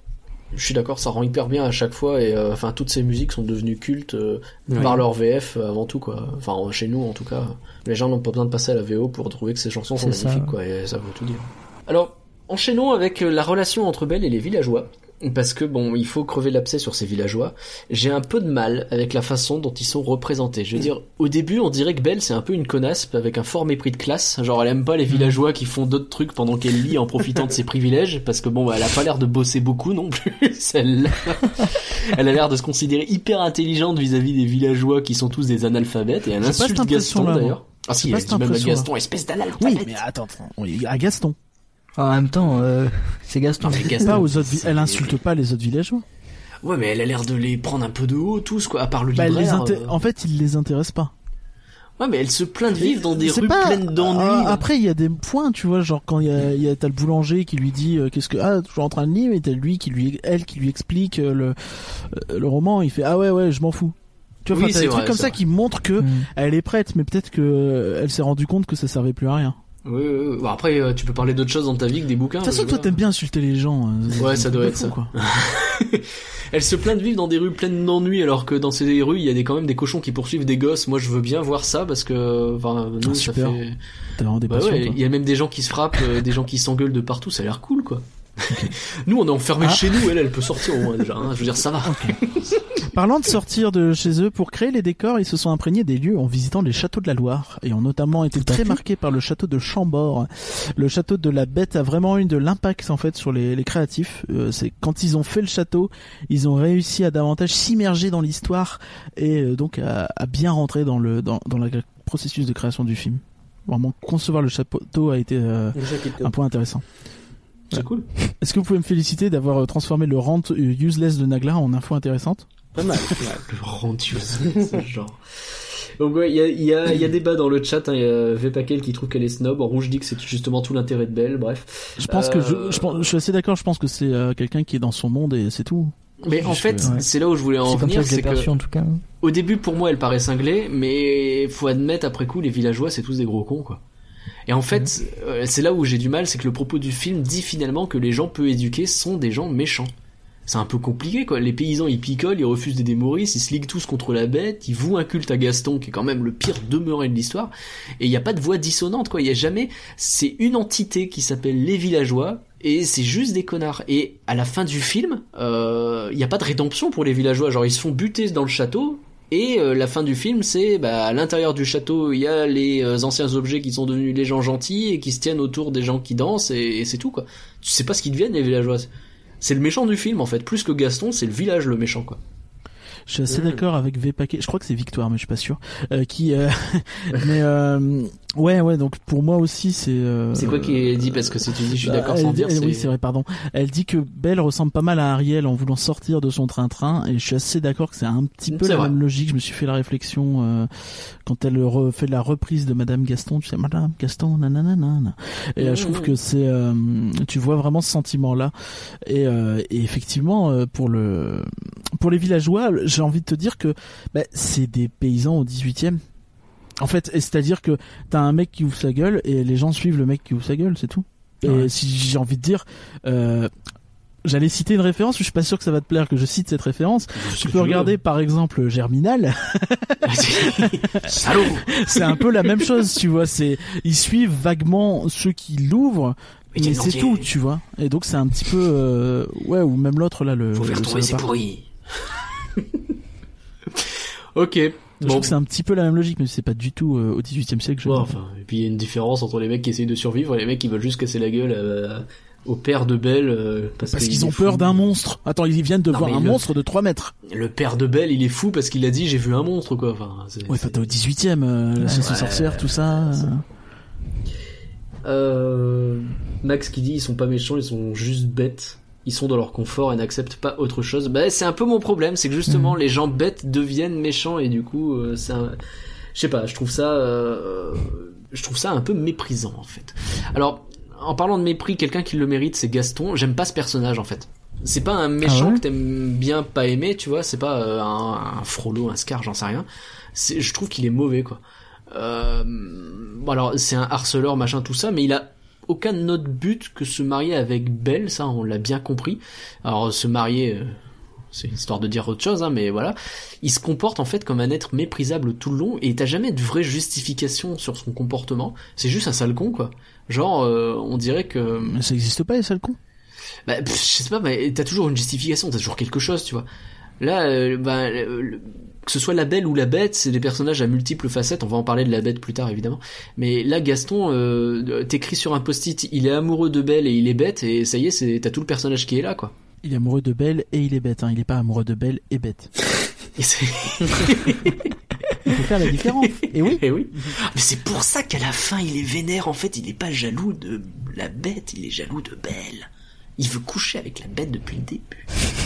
Speaker 1: ça rend hyper bien à chaque fois, et toutes ces musiques sont devenues cultes par leur VF avant tout, quoi. Enfin, chez nous en tout cas, les gens n'ont pas besoin de passer à la VO pour trouver que ces chansons sont magnifiques, quoi, et ça veut tout dire. Alors, enchaînons avec la relation entre Belle et les villageois, parce que il faut crever l'abcès sur ces villageois. J'ai un peu de mal avec la façon dont ils sont représentés. Je veux dire, au début, on dirait que Belle, c'est un peu une connasse avec un fort mépris de classe. Genre, elle aime pas les villageois qui font d'autres trucs pendant qu'elle lit en profitant de ses privilèges, parce que elle a pas l'air de bosser beaucoup non plus, celle-là. Elle a l'air de se considérer hyper intelligente vis-à-vis des villageois qui sont tous des analphabètes, et elle insulte Gaston d'ailleurs. Ah si, elle dit même à Gaston, espèce d'analphabète.
Speaker 3: Oui, mais attends, à Gaston.
Speaker 2: En même temps, c'est Gaston.
Speaker 3: Pas aux autres, elle insulte pas les autres villageois.
Speaker 1: Ouais, mais elle a l'air de les prendre un peu de haut tous, quoi, à part le libraire.
Speaker 3: En fait, il les intéresse pas.
Speaker 1: Ouais, mais elle se plaint de vivre dans des rues pleines d'ennuis.
Speaker 3: Après, il y a des points, tu vois, genre quand t'as le boulanger qui lui dit toujours en train de lire, et t'as elle qui lui explique le roman, il fait ouais, je m'en fous. Tu vois, t'as des trucs comme ça qui montrent que elle est prête, mais peut-être que elle s'est rendue compte que ça servait plus à rien.
Speaker 1: Oui. Bon, après, tu peux parler d'autres choses dans ta vie que des bouquins.
Speaker 3: De toute façon, toi, t'aimes bien insulter les gens.
Speaker 1: Ouais, ça doit être ça. Quoi. Elle se plaint de vivre dans des rues pleines d'ennuis, alors que dans ces rues, il y a quand même des cochons qui poursuivent des gosses. Moi, je veux bien voir ça, parce que, nous, ça
Speaker 3: super.
Speaker 1: fait...
Speaker 3: T'as vraiment des passions,
Speaker 1: il y a même des gens qui se frappent, des gens qui s'engueulent de partout, ça a l'air cool, quoi. Okay. Nous, on est enfermés chez nous, elle peut sortir au moins déjà, hein. Je veux dire, ça va. Okay.
Speaker 3: Parlant de sortir de chez eux, pour créer les décors, ils se sont imprégnés des lieux en visitant les châteaux de la Loire et ont notamment été très marqués par le château de Chambord. Le château de la Bête a vraiment eu de l'impact en fait sur les créatifs. C'est quand ils ont fait le château, ils ont réussi à davantage s'immerger dans l'histoire et donc à bien rentrer dans le processus de création du film. Vraiment concevoir le château a été un point intéressant.
Speaker 1: C'est cool.
Speaker 3: Est-ce que vous pouvez me féliciter d'avoir transformé le rant useless de Nagla en info intéressante?
Speaker 8: Pas mal.
Speaker 1: Le rant useless, ce genre. Donc il y a débat dans le chat, hein. Il y a Vpakel qui trouve qu'elle est snob. En rouge dit que c'est justement tout l'intérêt de Belle. Bref.
Speaker 3: Je pense que je suis assez d'accord. Je pense que c'est quelqu'un qui est dans son monde et c'est tout.
Speaker 1: Mais en fait, c'est là où je voulais en venir, c'est que
Speaker 2: en tout cas.
Speaker 1: Au début, pour moi, elle paraît cinglée, mais faut admettre après coup, les villageois, c'est tous des gros cons, quoi. Et en fait, c'est là où j'ai du mal, c'est que le propos du film dit finalement que les gens peu éduqués sont des gens méchants. C'est un peu compliqué, quoi. Les paysans, ils picolent, ils refusent d'aider Maurice, ils se liguent tous contre la Bête, ils vouent un culte à Gaston, qui est quand même le pire demeuré de l'histoire, et il n'y a pas de voix dissonante, quoi. Il y a jamais, c'est une entité qui s'appelle les villageois, et c'est juste des connards. Et à la fin du film, il n'y a pas de rédemption pour les villageois, genre ils se font buter dans le château, et la fin du film, c'est à l'intérieur du château, il y a les anciens objets qui sont devenus les gens gentils et qui se tiennent autour des gens qui dansent, et c'est tout, quoi. Tu sais pas ce qu'ils deviennent, les villageois. C'est le méchant du film, en fait. Plus que Gaston, c'est le village le méchant, quoi.
Speaker 3: Je suis assez d'accord avec V Paquet. Je crois que c'est Victoire, mais je suis pas sûr. Mais ouais. Donc pour moi aussi, c'est.
Speaker 1: C'est quoi qui est dit parce que si tu dis, je suis d'accord sans dire.
Speaker 3: Oui, c'est vrai. Pardon. Elle dit que Belle ressemble pas mal à Ariel en voulant sortir de son train-train, et je suis assez d'accord que c'est un petit peu la même logique. Je me suis fait la réflexion quand elle fait la reprise de Madame Gaston. Tu sais, Madame Gaston, nanana. Et je trouve que c'est. Tu vois vraiment ce sentiment-là. Et effectivement, pour les villageois, j'ai envie de te dire que c'est des paysans au 18e. En fait, c'est-à-dire que t'as un mec qui ouvre sa gueule et les gens suivent le mec qui ouvre sa gueule, c'est tout. Et si j'ai envie de dire, j'allais citer une référence, je suis pas sûr que ça va te plaire que je cite cette référence. Tu peux regarder par exemple Germinal.
Speaker 1: Salaud.
Speaker 3: C'est un peu la même chose, tu vois. Ils suivent vaguement ceux qui l'ouvrent. Mais c'est tout, tu vois. Et donc c'est un petit peu ou même l'autre là, le.
Speaker 1: Faut faire tomber, c'est pourri. Ok.
Speaker 3: Je trouve que c'est un petit peu la même logique, mais c'est pas du tout au 18e siècle.
Speaker 1: Et puis il y a une différence entre les mecs qui essayent de survivre et les mecs qui veulent juste casser la gueule au père de Belle parce qu'ils ont peur
Speaker 3: d'un monstre. Attends, ils viennent de voir un monstre de 3 mètres.
Speaker 1: Le père de Belle, il est fou parce qu'il a dit j'ai vu un monstre quoi. Enfin,
Speaker 3: t'es au 18e, la chasse aux sorcières, tout ça.
Speaker 1: Max qui dit ils sont pas méchants, ils sont juste bêtes. Ils sont dans leur confort et n'acceptent pas autre chose. C'est un peu mon problème, c'est que justement les gens bêtes deviennent méchants et du coup je sais pas, je trouve ça un peu méprisant en fait. Alors en parlant de mépris, quelqu'un qui le mérite, c'est Gaston. J'aime pas ce personnage en fait. C'est pas un méchant que t'aimes bien pas aimer, tu vois, c'est pas un frollo, un scar, j'en sais rien. Je trouve qu'il est mauvais quoi. Alors c'est un harceleur machin tout ça, mais il a aucun autre but que se marier avec Belle, ça on l'a bien compris. Alors se marier, c'est histoire de dire autre chose, mais voilà. Il se comporte en fait comme un être méprisable tout le long et t'as jamais de vraie justification sur son comportement. C'est juste un sale con quoi. Genre on dirait que.
Speaker 3: Mais ça existe pas les sales cons.
Speaker 1: Je sais pas, mais t'as toujours une justification, t'as toujours quelque chose, tu vois. Là, que ce soit la Belle ou la Bête, c'est des personnages à multiples facettes. On va en parler de la Bête plus tard, évidemment. Mais là, Gaston, t'écris sur un post-it, il est amoureux de Belle et il est bête, et ça y est, t'as tout le personnage qui est là, quoi.
Speaker 3: Il est amoureux de Belle et il est bête, hein. Il est pas amoureux de Belle et bête.
Speaker 1: Il
Speaker 3: faut faire la différence. Et oui.
Speaker 1: Mais c'est pour ça qu'à la fin, il est vénère. En fait, il est pas jaloux de la Bête, il est jaloux de Belle. Il veut coucher avec la Bête depuis le début.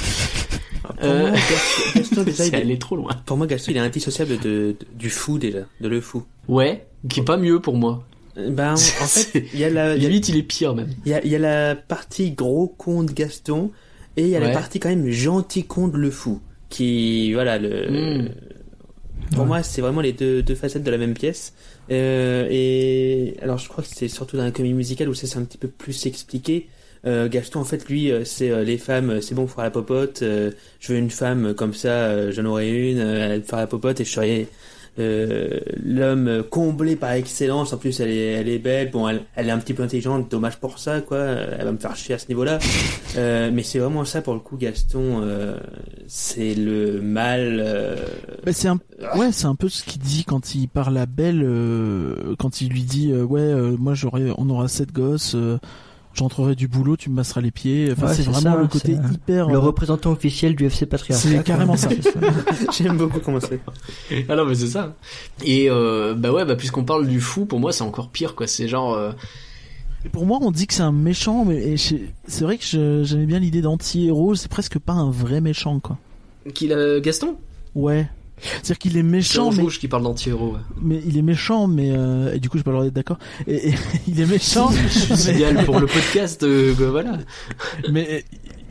Speaker 8: Gaston, déjà,
Speaker 1: c'est allé trop loin.
Speaker 8: Pour moi, Gaston, il est indissociable du fou déjà, de le fou.
Speaker 1: Ouais, qui est pas mieux pour moi.
Speaker 8: En fait, il y a
Speaker 1: limite, il est pire même.
Speaker 8: Il y a la partie gros con de Gaston et il y a la partie quand même gentil con de le fou, qui voilà Pour moi, c'est vraiment les deux facettes de la même pièce. Et alors, je crois que c'est surtout dans la comédie musicale où c'est un petit peu plus expliqué. Gaston, en fait, lui, c'est les femmes, c'est bon pour faire la popote. Je veux une femme comme ça, j'en aurais une, elle va faire la popote et je serais l'homme comblé par excellence. En plus, elle est belle. Bon, elle est un petit peu intelligente. Dommage pour ça, quoi. Elle va me faire chier à ce niveau-là. Mais c'est vraiment ça pour le coup, Gaston. C'est le mal.
Speaker 3: C'est un peu ce qu'il dit quand il parle à Belle, quand il lui dit moi on aura 7 gosses. J'entrerai du boulot, tu me masseras les pieds. Enfin, c'est vraiment le côté hyper.
Speaker 2: Le représentant officiel du FC Patriarcat.
Speaker 3: C'est carrément ça.
Speaker 8: J'aime beaucoup comment c'est.
Speaker 1: Ah non, mais c'est ça. Et puisqu'on parle du fou, pour moi, c'est encore pire, quoi. C'est genre.
Speaker 3: Pour moi, on dit que c'est un méchant, mais c'est vrai que j'aimais bien l'idée d'anti-héros. C'est presque pas un vrai méchant, quoi.
Speaker 1: Qu'il a Gaston.
Speaker 3: Ouais. C'est-à-dire qu'il est méchant,
Speaker 1: mais qui parle d'anti-héros. Ouais.
Speaker 3: Mais il est méchant, mais et du coup, je peux leur être d'accord. Et il est méchant.
Speaker 1: Je suis idéal pour le podcast, voilà.
Speaker 3: Mais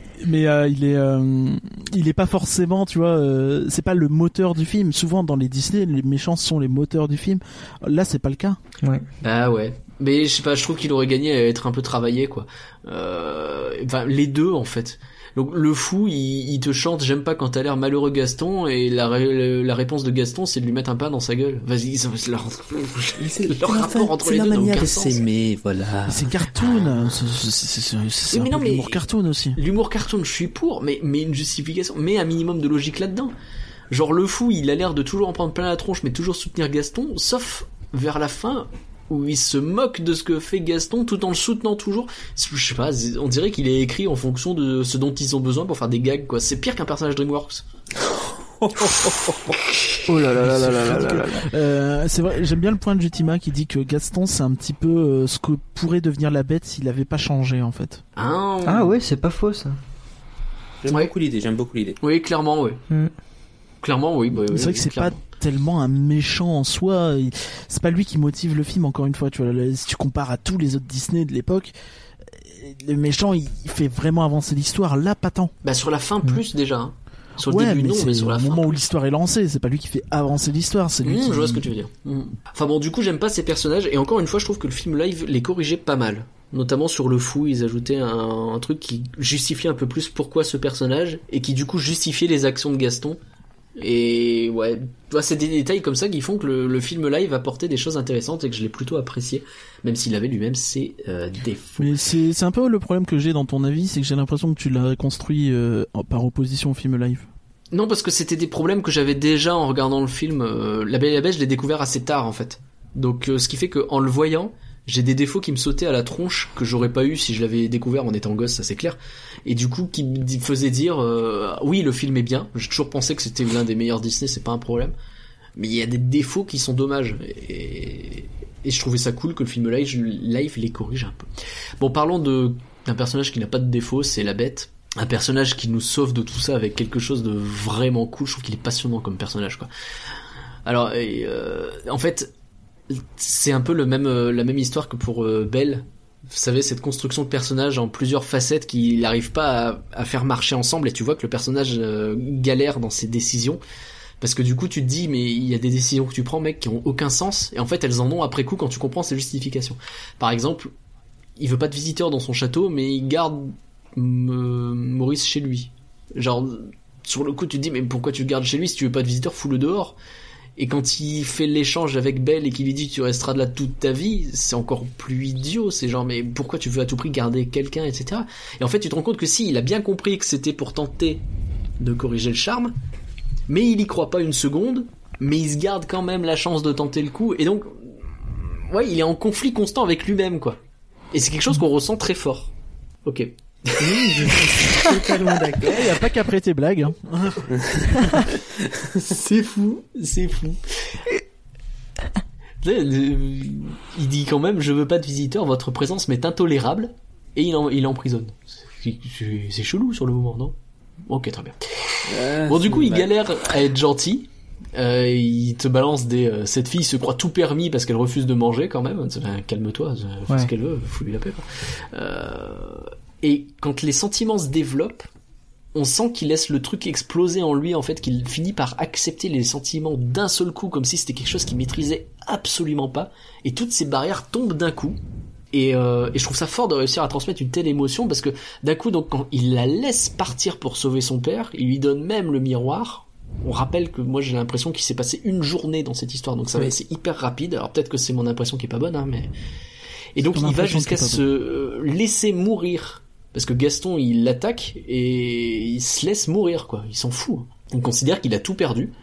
Speaker 3: il est pas forcément, tu vois. C'est pas le moteur du film. Souvent dans les Disney, les méchants sont les moteurs du film. Là, c'est pas le cas.
Speaker 2: Ouais.
Speaker 1: Ah ouais. Mais je sais pas, je trouve qu'il aurait gagné à être un peu travaillé, quoi. Les deux, en fait. Donc le fou, il te chante j'aime pas quand t'as l'air malheureux Gaston, et la réponse de Gaston c'est de lui mettre un pain dans sa gueule. Vas-y, leur rapport entre les deux n'a aucun sens.
Speaker 8: S'aimer, voilà.
Speaker 3: C'est cartoon, c'est un peu l'humour cartoon aussi.
Speaker 1: L'humour cartoon, je suis pour, mais une justification, mais un minimum de logique là-dedans. Genre le fou, il a l'air de toujours en prendre plein la tronche, mais toujours soutenir Gaston, sauf vers la fin où il se moque de ce que fait Gaston tout en le soutenant toujours. Je sais pas, on dirait qu'il est écrit en fonction de ce dont ils ont besoin pour faire des gags, quoi. C'est pire qu'un personnage DreamWorks.
Speaker 2: Oh là là là là là là là là.
Speaker 3: C'est vrai, j'aime bien le point de Jutima qui dit que Gaston c'est un petit peu ce que pourrait devenir la Bête s'il avait pas changé en fait.
Speaker 2: Ah ouais, c'est pas faux ça.
Speaker 8: J'aime beaucoup l'idée.
Speaker 1: Oui, clairement, oui. Clairement, oui. Bah,
Speaker 3: c'est vrai que c'est
Speaker 1: clairement.
Speaker 3: pas tellement un méchant en soi. C'est pas lui qui motive le film, encore une fois. Tu vois, si tu compares à tous les autres Disney de l'époque, le méchant, il fait vraiment avancer l'histoire. Là, pas tant.
Speaker 1: Bah, sur la fin, plus déjà. Hein. Sur le début,
Speaker 3: mais
Speaker 1: non, mais sur la fin.
Speaker 3: au moment où
Speaker 1: plus.
Speaker 3: l'histoire est lancée, c'est pas lui qui fait avancer l'histoire, c'est lui qui...
Speaker 1: Je vois ce que tu veux dire. Enfin bon, du coup, j'aime pas ces personnages, et encore une fois, je trouve que le film live les corrigeait pas mal. Notamment sur le fou, ils ajoutaient un truc qui justifiait un peu plus pourquoi ce personnage, et qui du coup justifiait les actions de Gaston. Et ouais, c'est des détails comme ça qui font que le film live apportait des choses intéressantes et que je l'ai plutôt apprécié, même s'il avait lui-même ses défauts.
Speaker 3: Mais c'est un peu le problème que j'ai dans ton avis, c'est que j'ai l'impression que tu l'as construit par opposition au film live.
Speaker 1: Non, parce que c'était des problèmes que j'avais déjà en regardant le film. La Belle et la Bête, je l'ai découvert assez tard en fait. Donc ce qui fait qu'en le voyant, j'ai des défauts qui me sautaient à la tronche que j'aurais pas eu si je l'avais découvert en étant gosse, ça c'est clair. Et du coup, qui me faisait dire oui, le film est bien. J'ai toujours pensé que c'était l'un des meilleurs Disney, c'est pas un problème. Mais il y a des défauts qui sont dommages. Et je trouvais ça cool que le film live les corrige un peu. Bon, parlons d'un personnage qui n'a pas de défaut, c'est la Bête. Un personnage qui nous sauve de tout ça avec quelque chose de vraiment cool. Je trouve qu'il est passionnant comme personnage, quoi. Alors, en fait, c'est un peu la même histoire que pour Belle. Vous savez, cette construction de personnage en plusieurs facettes qu'il n'arrive pas à faire marcher ensemble, et tu vois que le personnage galère dans ses décisions. Parce que du coup, tu te dis, mais il y a des décisions que tu prends, mec, qui ont aucun sens, et en fait, elles en ont après coup quand tu comprends ses justifications. Par exemple, il veut pas de visiteurs dans son château, mais il garde Maurice chez lui. Genre, sur le coup, tu te dis, mais pourquoi tu le gardes chez lui? Si tu veux pas de visiteurs, fous-le dehors. Et quand il fait l'échange avec Belle et qu'il lui dit tu resteras de là toute ta vie, c'est encore plus idiot. C'est genre, mais pourquoi tu veux à tout prix garder quelqu'un, etc. Et en fait, tu te rends compte que si, il a bien compris que c'était pour tenter de corriger le charme, mais il y croit pas une seconde, mais il se garde quand même la chance de tenter le coup. Et donc, ouais, il est en conflit constant avec lui-même, quoi. Et c'est quelque chose qu'on ressent très fort. Ok.
Speaker 8: Oui, je suis totalement d'accord.
Speaker 3: Il n'y a pas qu'après tes blagues. Hein.
Speaker 1: C'est fou. Il dit quand même, je veux pas de visiteurs, votre présence m'est intolérable, et il emprisonne. C'est chelou sur le moment, non? Ok, très bien. Bon, du coup, il galère à être gentil. Il te balance cette fille se croit tout permis parce qu'elle refuse de manger quand même. Calme-toi, fais ce qu'elle veut, fous-lui la paix. Et quand les sentiments se développent, on sent qu'il laisse le truc exploser en lui, en fait, qu'il finit par accepter les sentiments d'un seul coup, comme si c'était quelque chose qu'il maîtrisait absolument pas, et toutes ces barrières tombent d'un coup. Et je trouve ça fort de réussir à transmettre une telle émotion, parce que d'un coup, donc, quand il la laisse partir pour sauver son père, il lui donne même le miroir. On rappelle que moi j'ai l'impression qu'il s'est passé une journée dans cette histoire, donc c'est hyper rapide. Alors peut-être que c'est mon impression qui est pas bonne, hein, mais... Et donc il va jusqu'à se laisser mourir, parce que Gaston il l'attaque et il se laisse mourir, quoi. Il s'en fout. Il considère qu'il a tout perdu.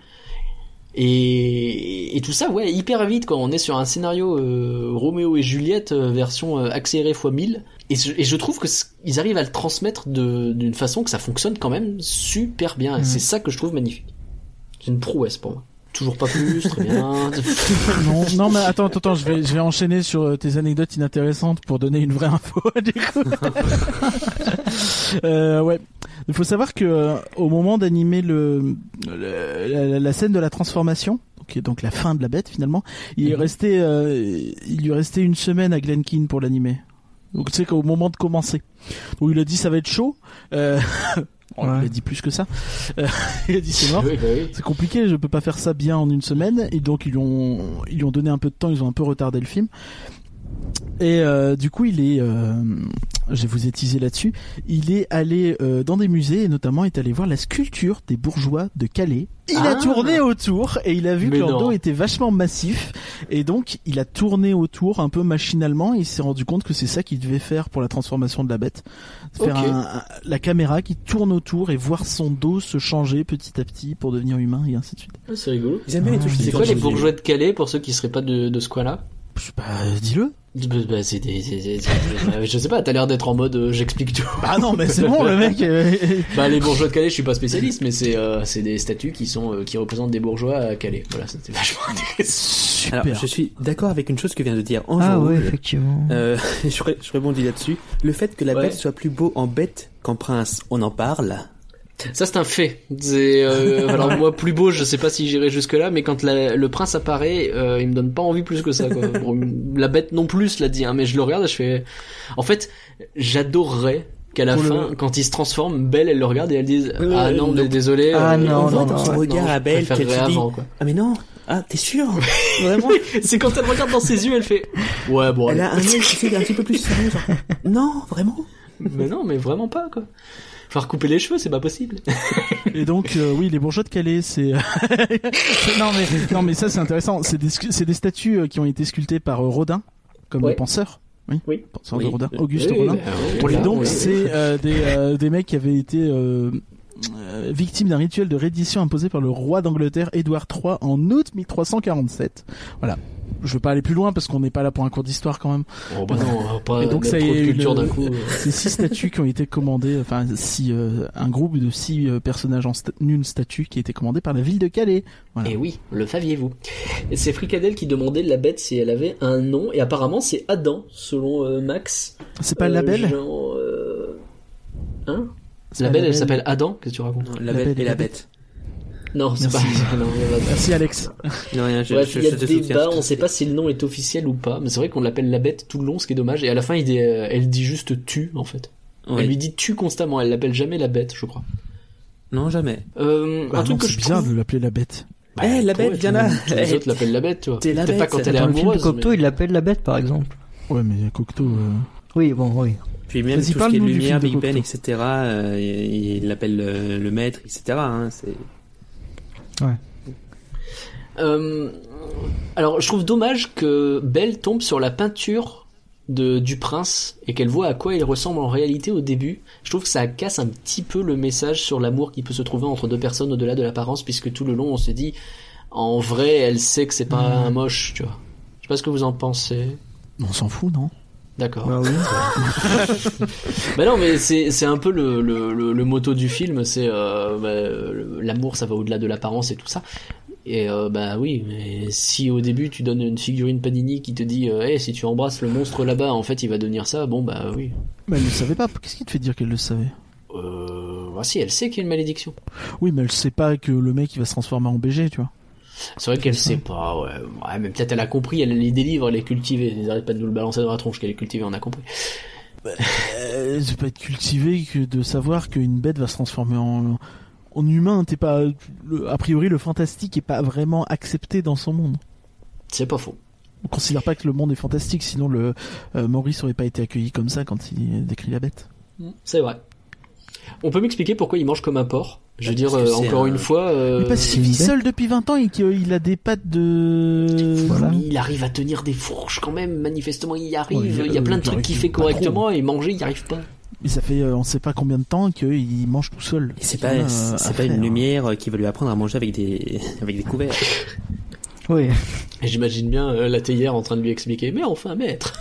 Speaker 1: Et tout ça, ouais, hyper vite, quoi. On est sur un scénario Roméo et Juliette version accélérée x 1000. Et je trouve que ils arrivent à le transmettre d'une façon que ça fonctionne quand même super bien. Et c'est ça que je trouve magnifique. C'est une prouesse pour moi. Toujours pas plus, très bien.
Speaker 3: non, mais attends, je vais enchaîner sur tes anecdotes inintéressantes pour donner une vraie info, du coup. Ouais. Il faut savoir que au moment d'animer la scène de la transformation, donc la fin de la Bête finalement, il lui restait une semaine à Glenkin pour l'animer. Donc tu sais qu'au moment de commencer, où il a dit ça va être chaud. Il a dit plus que ça. Il a dit c'est mort. Oui. C'est compliqué, je peux pas faire ça bien en une semaine. Et donc ils lui ont donné un peu de temps, ils ont un peu retardé le film. Et du coup il est, je vous ai teasé là-dessus, il est allé dans des musées et notamment est allé voir la sculpture des bourgeois de Calais. Il a tourné autour et il a vu que leur dos était vachement massif et donc il a tourné autour un peu machinalement et il s'est rendu compte que c'est ça qu'il devait faire pour la transformation de la Bête. Faire la caméra qui tourne autour et voir son dos se changer petit à petit pour devenir humain et ainsi de suite.
Speaker 1: C'est rigolo.
Speaker 8: Ils aiment bien les trucs.
Speaker 1: C'est quoi les bourgeois de Calais pour ceux qui seraient pas de ce coin-là?
Speaker 3: Je sais pas, dis-le.
Speaker 1: Bah, je sais pas, t'as l'air d'être en mode j'explique tout.
Speaker 3: Ah non, mais c'est bon, le mec.
Speaker 1: Bah, les bourgeois de Calais, je suis pas spécialiste, mais c'est des statues qui représentent des bourgeois à Calais. Voilà, c'était vachement intéressant.
Speaker 3: Super.
Speaker 8: Alors, je suis d'accord avec une chose que vient de dire Ange.
Speaker 2: Ah ouais, effectivement.
Speaker 8: Je rebondis là-dessus. Le fait que la bête soit plus beau en bête qu'en prince, on en parle.
Speaker 1: Ça, c'est un fait. Alors moi, plus beau, je sais pas si j'irai jusque là, mais quand le prince apparaît, il me donne pas envie plus que ça, quoi. Bon, la bête non plus, cela dit, hein, mais je le regarde et je fais, en fait, j'adorerais qu'à la fin, quand il se transforme, Belle, elle le regarde et elle dise, ah non, désolé.
Speaker 2: Non,
Speaker 8: on voit
Speaker 2: non,
Speaker 8: dans son regard à Belle qu'elle se dit,
Speaker 1: avant, quoi.
Speaker 8: ah mais non, ah t'es sûr, vraiment.
Speaker 1: C'est quand elle regarde dans ses yeux, elle fait, ouais, bon.
Speaker 8: Elle a un œil qui fait un petit peu plus sérieux, genre, non, vraiment.
Speaker 1: Mais non, mais vraiment pas, quoi. Faut recouper les cheveux, c'est pas possible.
Speaker 3: Et donc oui, les bourgeois de Calais, c'est non mais ça c'est intéressant. C'est des statues qui ont été sculptées par Rodin, comme le penseur. Oui. Penseur de Rodin, Auguste Rodin. Et donc c'est des mecs qui avaient été victimes d'un rituel de reddition imposé par le roi d'Angleterre Édouard III en août 1347. Voilà. Je veux pas aller plus loin parce qu'on n'est pas là pour un cours d'histoire quand même.
Speaker 1: Oh bah non, pas.
Speaker 3: Et donc
Speaker 1: ça
Speaker 3: y a
Speaker 1: culture d'un coup.
Speaker 3: C'est 6 statues qui ont été commandées, enfin un groupe de 6 personnages en une statue qui a été commandée par la ville de Calais. Voilà.
Speaker 1: Et oui, le saviez-vous. Et c'est Fricadelle qui demandait la bête si elle avait un nom, et apparemment c'est Adam, selon Max.
Speaker 3: C'est pas la belle
Speaker 1: Hein La belle, elle s'appelle Adam, qu'est-ce que tu racontes?
Speaker 8: Non, la belle et la bête.
Speaker 1: Non, c'est pas. Non,
Speaker 3: merci Alex.
Speaker 8: Non, rien,
Speaker 1: il y a des débats, on sait pas si le nom est officiel ou pas, mais c'est vrai qu'on l'appelle la bête tout le long, ce qui est dommage, et à la fin elle dit juste tu, en fait. Oui. Elle lui dit tu constamment, elle l'appelle jamais la bête, je crois.
Speaker 8: Non, jamais.
Speaker 3: Un truc que c'est bizarre de l'appeler la bête.
Speaker 8: La bête, viens là.
Speaker 1: Les autres l'appellent la bête, tu vois.
Speaker 8: Peut-être
Speaker 1: pas quand elle est
Speaker 2: amoureuse. Dans le film de Cocteau, il l'appelle la bête, par exemple.
Speaker 3: Ouais, mais Cocteau.
Speaker 2: Oui, bon, oui.
Speaker 8: Puis même tout ce qui est lumière, Big Ben, etc. Il l'appelle le maître, etc. Hein, c'est.
Speaker 2: Ouais.
Speaker 1: Alors, je trouve dommage que Belle tombe sur la peinture du prince et qu'elle voit à quoi il ressemble en réalité au début. Je trouve que ça casse un petit peu le message sur l'amour qui peut se trouver entre deux personnes au-delà de l'apparence, puisque tout le long on se dit, en vrai, elle sait que c'est pas un moche, tu vois. Je sais pas ce que vous en pensez.
Speaker 3: On s'en fout, non?
Speaker 2: D'accord. Bah oui.
Speaker 1: Bah non, mais c'est un peu le motto du film, c'est l'amour, ça va au-delà de l'apparence et tout ça. Et bah oui, mais si au début tu donnes une figurine Panini qui te dit si tu embrasses le monstre là-bas, en fait il va devenir ça, bon bah oui.
Speaker 3: Mais elle le savait pas, qu'est-ce qui te fait dire qu'elle le savait?
Speaker 1: Bah si, elle sait qu'il y a une malédiction.
Speaker 3: Oui, mais elle sait pas que le mec il va se transformer en BG, tu vois.
Speaker 1: C'est vrai qu'elle sait pas, ouais, mais peut-être elle a compris, elle les délivre, elle est cultivée, ils arrêtent pas de nous le balancer dans la tronche qu'elle est cultivée, on a compris.
Speaker 3: C'est pas être cultivé que de savoir qu'une bête va se transformer en humain, t'es pas, a priori le fantastique est pas vraiment accepté dans son monde.
Speaker 1: C'est pas faux.
Speaker 3: On considère pas que le monde est fantastique, sinon Maurice aurait pas été accueilli comme ça quand il décrit la bête.
Speaker 1: C'est vrai. On peut m'expliquer pourquoi il mange comme un porc? Je veux dire, encore une fois...
Speaker 3: Mais parce qu'il vit seul depuis 20 ans et qu'il a des pattes de...
Speaker 1: Voilà. Il arrive à tenir des fourches quand même, manifestement il y arrive. Il y a plein de trucs qu'il fait correctement et manger il y arrive pas.
Speaker 3: Mais ça fait on sait pas combien de temps qu'il mange tout seul.
Speaker 8: Et c'est pas une lumière qui va lui apprendre à manger avec des couverts.
Speaker 2: Oui.
Speaker 1: Et j'imagine bien la théière en train de lui expliquer, mais enfin maître.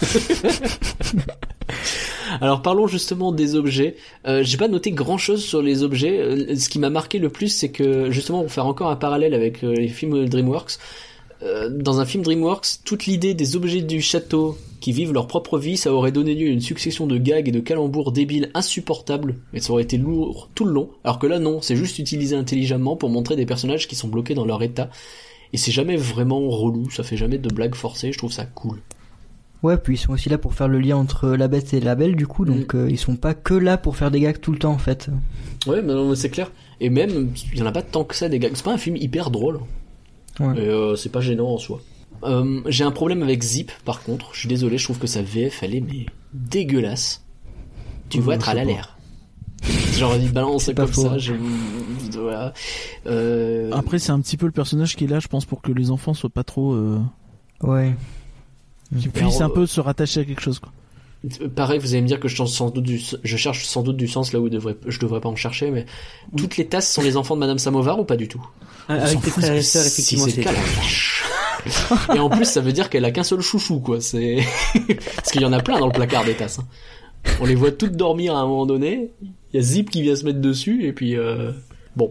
Speaker 1: Alors parlons justement des objets. J'ai pas noté grand chose sur les objets. Ce qui m'a marqué le plus, c'est que justement, pour faire encore un parallèle avec les films DreamWorks, dans un film DreamWorks, toute l'idée des objets du château qui vivent leur propre vie, ça aurait donné lieu à une succession de gags et de calembours débiles insupportables, et ça aurait été lourd tout le long. Alors que là non, c'est juste utilisé intelligemment pour montrer des personnages qui sont bloqués dans leur état. Et c'est jamais vraiment relou, ça fait jamais de blagues forcées, je trouve ça cool.
Speaker 2: Ouais, puis ils sont aussi là pour faire le lien entre la bête et la belle, du coup, donc ils sont pas que là pour faire des gags tout le temps, en fait.
Speaker 1: Ouais, mais non, c'est clair. Et même, il y en a pas tant que ça des gags. C'est pas un film hyper drôle. Ouais. Et c'est pas gênant en soi. J'ai un problème avec Zip, par contre. Je suis désolé, je trouve que sa VF, elle est mais dégueulasse. Tu vois, être à l'air. Genre, il balance comme ça. Voilà.
Speaker 3: Après, c'est un petit peu le personnage qui est là, je pense, pour que les enfants soient pas trop...
Speaker 2: Ouais.
Speaker 3: Qui puisse un peu se rattacher à quelque chose, quoi.
Speaker 1: Pareil, vous allez me dire que je cherche sans doute du sens là où je devrais pas en chercher, mais toutes les tasses sont les enfants de Madame Samovar ou pas du tout?
Speaker 8: Avec tes frères et sœurs, effectivement,
Speaker 1: si c'est le cas, la vache. Et en plus, ça veut dire qu'elle a qu'un seul chouchou, quoi. C'est parce qu'il y en a plein dans le placard des tasses. Hein. On les voit toutes dormir à un moment donné. Il y a Zip qui vient se mettre dessus et puis bon.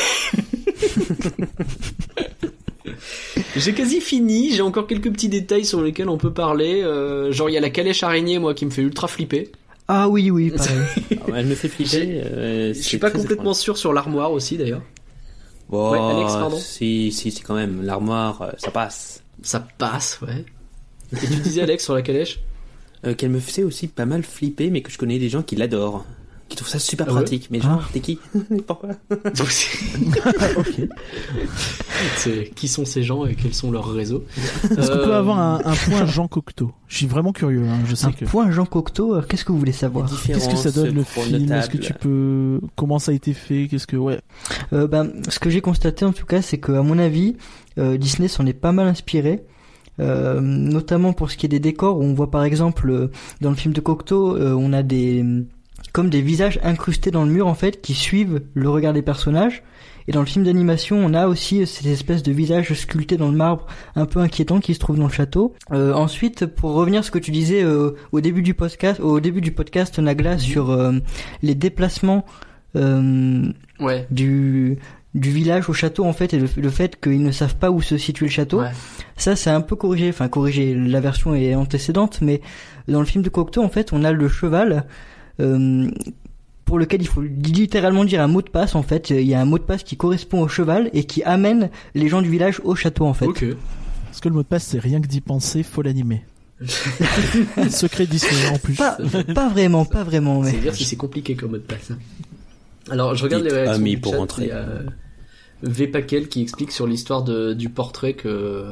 Speaker 1: J'ai quasi fini. J'ai encore quelques petits détails sur lesquels on peut parler. Genre il y a la calèche araignée, moi, qui me fait ultra flipper.
Speaker 2: Ah oui, pareil.
Speaker 8: Elle me fait flipper.
Speaker 1: Je suis pas complètement sûr sur l'armoire aussi, d'ailleurs.
Speaker 8: Bon,
Speaker 1: ouais, Alex, pardon.
Speaker 8: Si, quand même. L'armoire, ça passe.
Speaker 1: Ça passe, ouais. Et tu disais, Alex, sur la calèche
Speaker 8: qu'elle me faisait aussi pas mal flipper, mais que je connais des gens qui l'adorent. Qui trouvent ça super pratique. Ouais. Mais genre, t'es qui? Pourquoi?
Speaker 1: Ok. Qui sont ces gens et quels sont leurs réseaux?
Speaker 3: Est-ce qu'on peut avoir un point Jean Cocteau? Je suis vraiment curieux. Hein. Je sais
Speaker 2: point Jean Cocteau. Qu'est-ce que vous voulez savoir?
Speaker 3: Qu'est-ce que ça donne le film? Notable. Est-ce que tu peux? Comment ça a été fait? Qu'est-ce que
Speaker 2: ce que j'ai constaté en tout cas, c'est que à mon avis, Disney s'en est pas mal inspiré. Notamment pour ce qui est des décors, où on voit par exemple dans le film de Cocteau, on a comme des visages incrustés dans le mur en fait qui suivent le regard des personnages, et dans le film d'animation on a aussi ces espèces de visages sculptés dans le marbre un peu inquiétants qui se trouvent dans le château. Ensuite, pour revenir à ce que tu disais au début du podcast Nagla, sur les déplacements du village au château en fait, et le fait qu'ils ne savent pas où se situe le château, ça c'est un peu corrigé, la version est antécédente, mais dans le film de Cocteau en fait on a le cheval pour lequel il faut littéralement dire un mot de passe en fait. Il y a un mot de passe qui correspond au cheval et qui amène les gens du village au château en fait.
Speaker 1: Okay.
Speaker 3: Parce que le mot de passe c'est rien que d'y penser, faut l'animer. Secret Disney en plus.
Speaker 2: Pas vraiment. Mais...
Speaker 1: C'est dire si c'est compliqué comme mot de passe. Alors je regarde les réactions du
Speaker 8: pour
Speaker 1: chat.
Speaker 8: rentrer.
Speaker 1: Il y a V. Paquel qui explique sur l'histoire du portrait que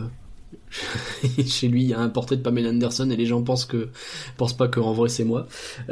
Speaker 1: chez lui il y a un portrait de Pamela Anderson et les gens pensent pas qu'en vrai c'est moi.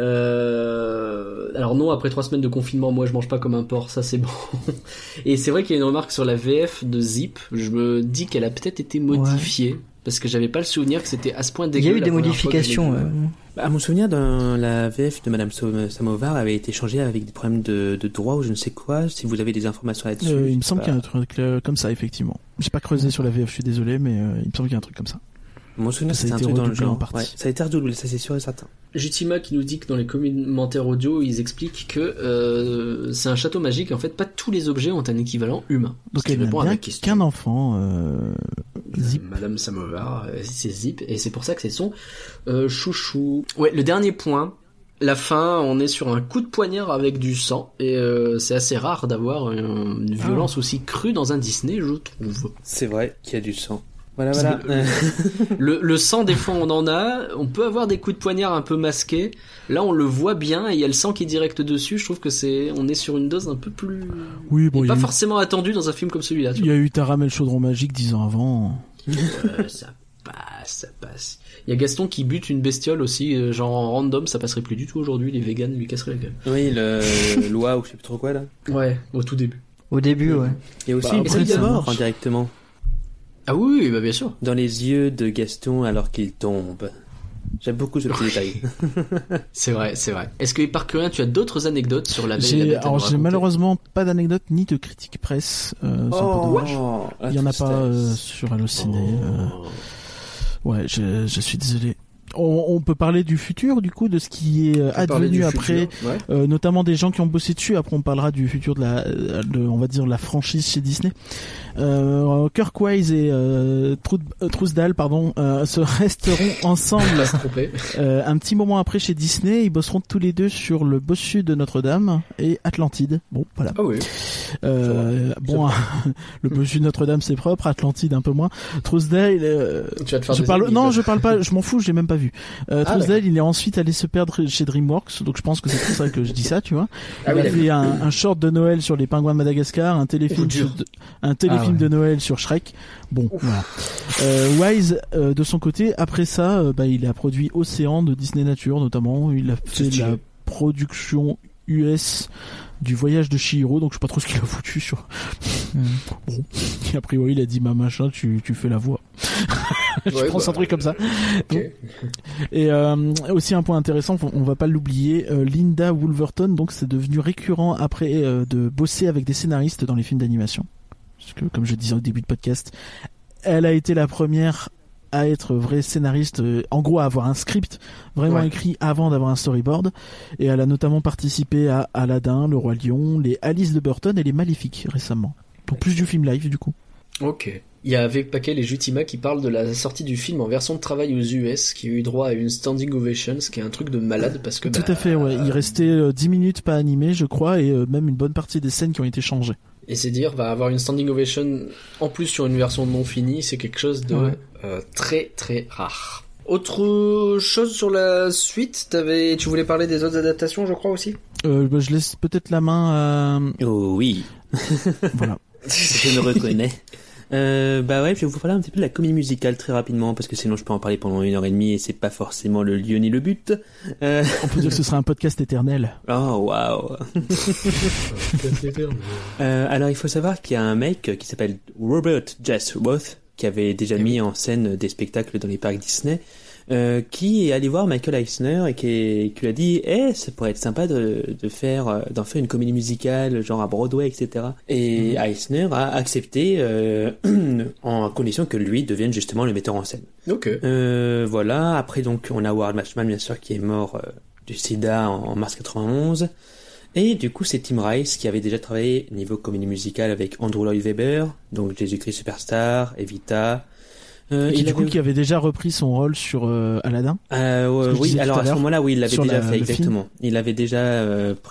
Speaker 1: Alors non, après 3 semaines de confinement, moi je mange pas comme un porc, ça c'est bon. Et c'est vrai qu'il y a une remarque sur la VF de Zip, je me dis qu'elle a peut-être été modifiée. Parce que j'avais pas le souvenir que c'était à ce point dégueu.
Speaker 2: Il y a eu des modifications.
Speaker 8: À mon souvenir, dans la VF de Madame Samovar avait été changée avec des problèmes de droit ou je ne sais quoi. Si vous avez des informations là-dessus.
Speaker 3: Il me semble qu'il y a un truc comme ça, effectivement. J'ai pas creusé sur la VF, je suis désolé, mais il me semble qu'il y a un truc comme ça.
Speaker 8: Mon souvenir, c'est un truc dans le genre. Ouais, ça a été redoublé, ça c'est sûr et certain.
Speaker 1: Jutima qui nous dit que dans les commentaires audio, ils expliquent que c'est un château magique. En fait, pas tous les objets ont un équivalent humain.
Speaker 3: Donc il n'y a bien qu'un enfant. Zip.
Speaker 1: Madame Samovar, c'est Zip, et c'est pour ça que c'est son chouchou. Ouais, le dernier point. La fin, on est sur un coup de poignard avec du sang, et c'est assez rare d'avoir une violence aussi crue dans un Disney, je trouve.
Speaker 8: C'est vrai qu'il y a du sang. Voilà.
Speaker 1: Le sang, des fois, on en a. On peut avoir des coups de poignard un peu masqués. Là, on le voit bien et il y a le sang qui est direct dessus. Je trouve que on est sur une dose un peu plus.
Speaker 3: Oui, bon.
Speaker 1: Pas forcément attendue dans un film comme celui-là.
Speaker 3: Il y a eu Taramel Chaudron Magique 10 ans avant.
Speaker 1: Ça passe. Il y a Gaston qui bute une bestiole aussi, genre en random. Ça passerait plus du tout aujourd'hui. Les vegans lui casseraient la gueule.
Speaker 8: Oui, le loi ou je sais plus trop quoi là.
Speaker 1: Ouais, au tout début.
Speaker 2: Au début, ouais.
Speaker 8: Il y a aussi une prise de mort indirectement.
Speaker 1: Ah oui, bah bien sûr.
Speaker 8: Dans les yeux de Gaston alors qu'il tombe. J'aime beaucoup ce petit détail.
Speaker 1: C'est vrai. Est-ce que par curieux, tu as d'autres anecdotes sur la Belle et la Bête?
Speaker 3: Alors j'ai malheureusement pas d'anecdotes ni de critiques presse. C'est un peu dommage. Il y en a pas sur Allociné. Ouais, je suis désolé. On peut parler du futur, du coup, de ce qui est advenu après, notamment des gens qui ont bossé dessus. Après, on parlera du futur on va dire, la franchise chez Disney. Kirk Wise et Trousdale, se resteront ensemble un petit moment après chez Disney. Ils bosseront tous les deux sur le bossu de Notre-Dame et Atlantide. Bon, voilà.
Speaker 1: Ah oui.
Speaker 3: Le bossu de Notre-Dame c'est propre, Atlantide un peu moins. Trousdale,
Speaker 1: tu vas te faire
Speaker 3: je parle pas, je m'en fous, je l'ai même pas vu. Trousdale, il est ensuite allé se perdre chez DreamWorks, donc je pense que c'est pour ça que je dis ça, tu vois. Il a fait un short de Noël sur les pingouins de Madagascar, un téléfilm de Noël sur Shrek. Bon, voilà. Wise, de son côté, après ça, il a produit Océan de Disney Nature, notamment. Il a fait la production US du voyage de Chihiro, donc je sais pas trop ce qu'il a foutu sur. Bon. Et a priori, il a dit, machin, tu fais la voix. Je pense un truc comme ça. Okay. Et aussi un point intéressant, on va pas l'oublier, Linda Woolverton, donc c'est devenu récurrent après de bosser avec des scénaristes dans les films d'animation. Parce que, comme je disais au début de podcast, elle a été la première à être vraie scénariste, en gros à avoir un script vraiment écrit avant d'avoir un storyboard, et elle a notamment participé à Aladdin, Le Roi Lion, les Alice de Burton et les Maléfiques récemment. Pour plus du film live du coup.
Speaker 1: Ok. Il y a avec Paquet et Jutima qui parlent de la sortie du film en version de travail aux US, qui a eu droit à une standing ovation, ce qui est un truc de malade parce que...
Speaker 3: Tout à fait, ouais. Il restait 10 minutes pas animé, je crois, et même une bonne partie des scènes qui ont été changées.
Speaker 1: Et c'est dire, avoir une standing ovation en plus sur une version non finie, c'est quelque chose de très très rare. Autre chose sur la suite, tu voulais parler des autres adaptations, je crois aussi.
Speaker 3: Je laisse peut-être la main à...
Speaker 8: Oh oui.
Speaker 3: Voilà.
Speaker 8: Je me reconnais. Je vais vous parler un petit peu de la comédie musicale très rapidement, parce que sinon je peux en parler pendant 1h30 et c'est pas forcément le lieu ni le but.
Speaker 3: On peut dire que ce sera un podcast éternel.
Speaker 8: Oh waouh. Alors il faut savoir qu'il y a un mec qui s'appelle Robert Jess Roth, qui avait déjà mis en scène des spectacles dans les parcs Disney, qui est allé voir Michael Eisner et qui lui a dit ça pourrait être sympa d'en faire une comédie musicale genre à Broadway, etc. Et Eisner a accepté en condition que lui devienne justement le metteur en scène.
Speaker 1: Ok.
Speaker 8: Voilà. Après donc on a Howard Marshman bien sûr qui est mort du sida en mars 91. Et du coup, c'est Tim Rice qui avait déjà travaillé niveau comédie musicale avec Andrew Lloyd Webber, donc Jésus-Christ Superstar, Evita.
Speaker 3: Qui avait déjà repris son rôle sur Aladdin.
Speaker 8: Oui, alors à ce moment-là, oui, il l'avait déjà fait, exactement.
Speaker 3: Film.
Speaker 8: Il avait déjà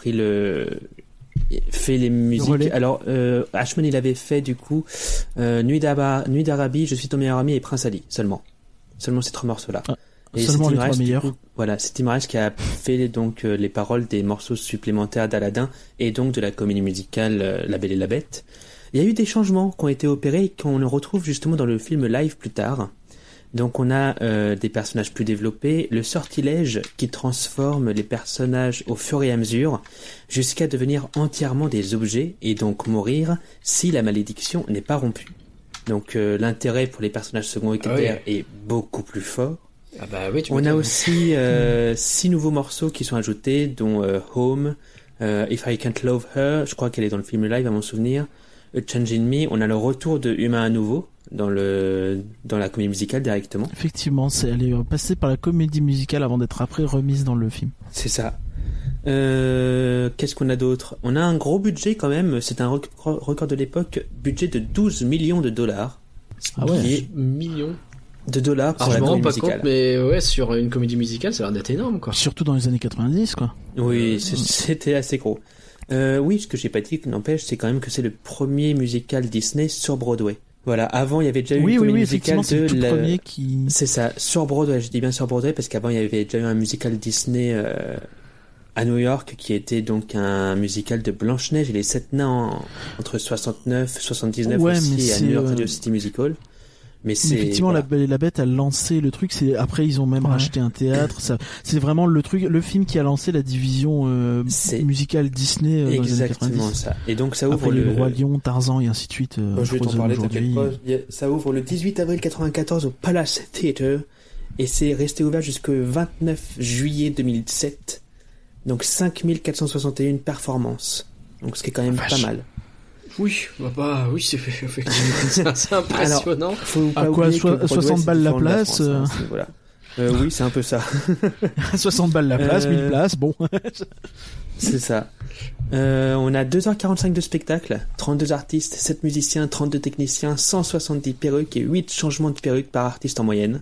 Speaker 8: fait les musiques. Alors, Ashman, il avait fait du coup Nuit d'Arabie, Je suis ton meilleur ami et Prince Ali seulement ces 3 morceaux-là. Et
Speaker 3: seulement les
Speaker 8: 3
Speaker 3: meilleurs.
Speaker 8: Du coup, voilà, c'est Tim Rice qui a fait donc les paroles des morceaux supplémentaires d'Aladdin et donc de la comédie musicale La Belle et la Bête. Il y a eu des changements qui ont été opérés et qu'on retrouve justement dans le film live plus tard. Donc on a des personnages plus développés, le sortilège qui transforme les personnages au fur et à mesure jusqu'à devenir entièrement des objets et donc mourir si la malédiction n'est pas rompue. Donc l'intérêt pour les personnages secondaires est beaucoup plus fort.
Speaker 1: Ah bah oui,
Speaker 8: on a aussi 6 nouveaux morceaux qui sont ajoutés, dont Home, If I Can't Love Her, je crois qu'elle est dans le film live à mon souvenir, A Change in Me. On a le retour de Humain à nouveau dans la comédie musicale directement.
Speaker 3: Effectivement, elle est passée par la comédie musicale avant d'être après remise dans le film.
Speaker 8: C'est ça. Qu'est-ce qu'on a d'autre? On a un gros budget quand même, c'est un record de l'époque, budget de $12 millions.
Speaker 3: Ah ouais,
Speaker 1: millions
Speaker 8: de dollars pour la comédie musicale.
Speaker 1: Compte, mais ouais, sur une comédie musicale, ça a l'air d'être énorme, quoi.
Speaker 3: Surtout dans les années 90, quoi.
Speaker 8: Oui, c'était assez gros. Oui, ce que j'ai pas dit, n'empêche, c'est quand même que c'est le premier musical Disney sur Broadway. Voilà, avant il y avait déjà eu une comédie musicale
Speaker 3: c'est le tout premier qui...
Speaker 8: C'est ça, sur Broadway, je dis bien sur Broadway parce qu'avant il y avait déjà eu un musical Disney à New York qui était donc un musical de Blanche-Neige et les 7 nains entre 69 79 aussi à New York Radio City Music Hall. Mais
Speaker 3: effectivement, La Belle et la Bête a lancé le truc. Après, ils ont même racheté un théâtre. C'est vraiment le film qui a lancé la division musicale Disney dans les années 90.
Speaker 8: Exactement ça. Et donc ça ouvre
Speaker 3: après, le Roi Lion, Tarzan et ainsi de suite.
Speaker 8: Je vais t'en parler. T'inquiète pas. Ça ouvre le 18 avril 94 au Palace Theatre et c'est resté ouvert jusqu'au 29 juillet 2007. Donc 5461 performances. Donc ce qui est quand même pas mal.
Speaker 1: Oui, oui, c'est effectivement c'est impressionnant.
Speaker 8: Alors, faut pas
Speaker 3: à quoi,
Speaker 8: 60
Speaker 3: balles la place
Speaker 8: voilà. Oui, c'est un peu ça.
Speaker 3: 60 balles la place, 1000 places, bon.
Speaker 8: C'est ça. On a 2h45 de spectacle, 32 artistes, 7 musiciens, 32 techniciens, 170 perruques et 8 changements de perruques par artiste en moyenne.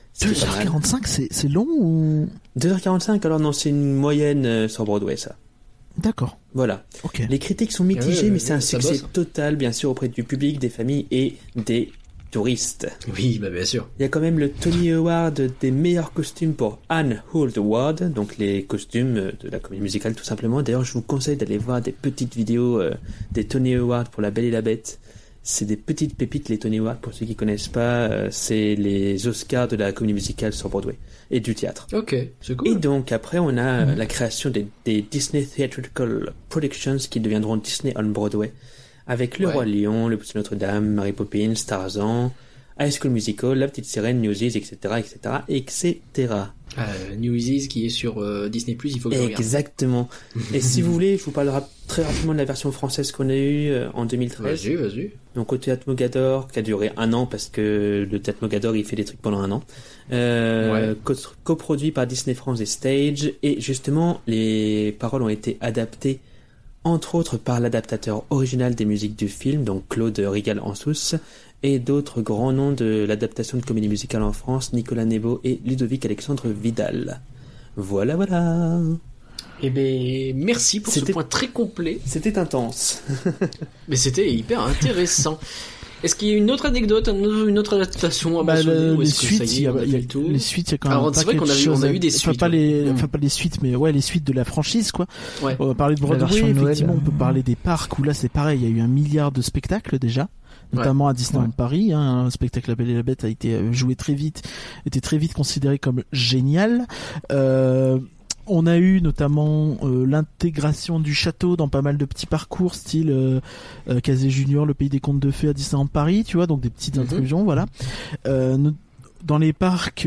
Speaker 3: 2h45, c'est long ou...
Speaker 8: 2h45, alors non, c'est une moyenne sur Broadway, ça.
Speaker 3: D'accord.
Speaker 8: Voilà.
Speaker 3: Okay.
Speaker 8: Les critiques sont mitigées, mais c'est un succès total, bien sûr, auprès du public, des familles et des touristes.
Speaker 1: Oui, bah bien sûr.
Speaker 8: Il y a quand même le Tony Award des meilleurs costumes pour Anne Hoult Award, donc les costumes de la comédie musicale tout simplement. D'ailleurs, je vous conseille d'aller voir des petites vidéos des Tony Awards pour La Belle et la Bête. C'est des petites pépites, les Tony Awards, pour ceux qui connaissent pas, c'est les Oscars de la comédie musicale sur Broadway et du théâtre.
Speaker 1: Ok, c'est cool.
Speaker 8: Et donc après on a la création des Disney Theatrical Productions qui deviendront Disney on Broadway, avec Le Roi Lion, Le Petit Notre-Dame, Mary Poppins, Tarzan, High School Musical, La Petite Sirène, Newsies, etc., etc.
Speaker 1: Newsies qui est sur Disney+, il faut que je regarde.
Speaker 8: Exactement. Et si vous voulez, je vous parlerai très rapidement de la version française qu'on a eue en 2013.
Speaker 1: Vas-y.
Speaker 8: Donc au Théâtre Mogador, qui a duré 1 an, parce que le Théâtre Mogador, il fait des trucs pendant 1 an. Coproduit par Disney France et Stage. Et justement, les paroles ont été adaptées, entre autres par l'adaptateur original des musiques du film, donc Claude Rigal-Ansous, et d'autres grands noms de l'adaptation de comédie musicale en France, Nicolas Nebo et Ludovic Alexandre Vidal. Voilà.
Speaker 1: Eh ben, merci pour ce point très complet.
Speaker 8: C'était intense.
Speaker 1: Mais c'était hyper intéressant. Est-ce qu'il y a une autre anecdote, une autre adaptation à mentionner, ou est-ce que ça y est, on a fait le tour?
Speaker 3: Les suites, il y a quand même.
Speaker 1: Alors, c'est vrai qu'on a eu des suites.
Speaker 3: Pas les suites, mais les suites de la franchise, quoi. Ouais. On va parler de Broadway, effectivement, on peut parler des parcs où là, c'est pareil, il y a eu 1 milliard de spectacles déjà. Notamment à Disneyland Paris, un spectacle La Belle et la Bête a été joué très vite, était très vite considéré comme génial. On a eu notamment l'intégration du château dans pas mal de petits parcours, style Casey Junior, le Pays des Contes de Fées à Disneyland Paris, tu vois, donc des petites intrusions, voilà. Dans les parcs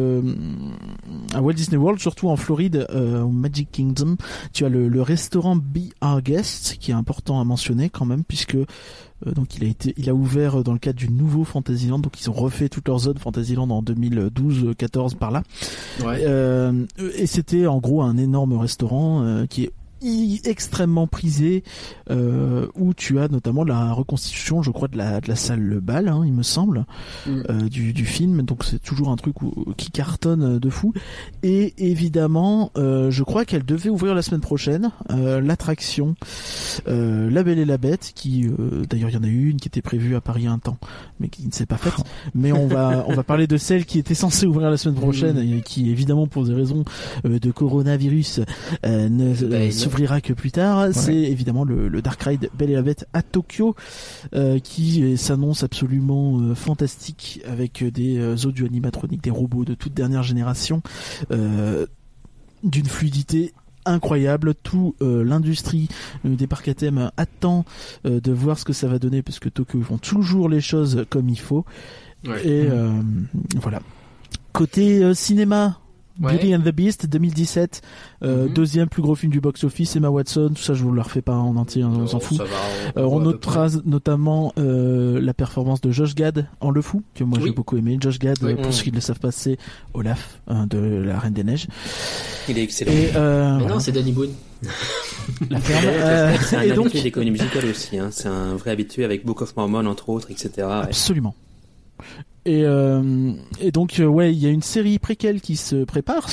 Speaker 3: à Walt Disney World, surtout en Floride, au Magic Kingdom, tu as le restaurant Be Our Guest, qui est important à mentionner quand même, puisque donc il a ouvert dans le cadre du nouveau Fantasyland, donc ils ont refait toute leur zone Fantasyland en 2012-14 par là. Ouais. Et c'était en gros un énorme restaurant qui est extrêmement prisé, où tu as notamment la reconstitution, je crois, de la salle Le Bal, il me semble, du film. Donc c'est toujours un truc qui cartonne de fou. Et évidemment, je crois qu'elle devait ouvrir la semaine prochaine, l'attraction La Belle et la Bête, qui d'ailleurs il y en a eu une qui était prévue à Paris un temps, mais qui ne s'est pas faite. Mais on va parler de celle qui était censée ouvrir la semaine prochaine, et qui évidemment pour des raisons de coronavirus s'ouvrira que plus tard. Ouais. C'est évidemment le Dark Ride Belle et la Bête à Tokyo, qui s'annonce absolument fantastique, avec des audio animatroniques, des robots de toute dernière génération, d'une fluidité incroyable. Tout l'industrie des parcs à thème attend de voir ce que ça va donner, parce que Tokyo font toujours les choses comme il faut. Ouais. Et voilà. Côté cinéma, Beauty and the Beast 2017, deuxième plus gros film du box-office. Emma Watson, tout ça je vous le refais pas en entier, on s'en fout. On notera notamment la performance de Josh Gad en Le Fou, que moi j'ai beaucoup aimé. Josh Gad, pour ceux qui ne le savent pas, c'est Olaf de La Reine des Neiges.
Speaker 8: Il est excellent.
Speaker 1: Mais non, c'est Danny Boone.
Speaker 8: La ferme. C'est un habitué des comédies musicales aussi, c'est un vrai habitué, avec Book of Mormon entre autres, etc.
Speaker 3: Absolument. Et donc il y a une série préquelle qui se prépare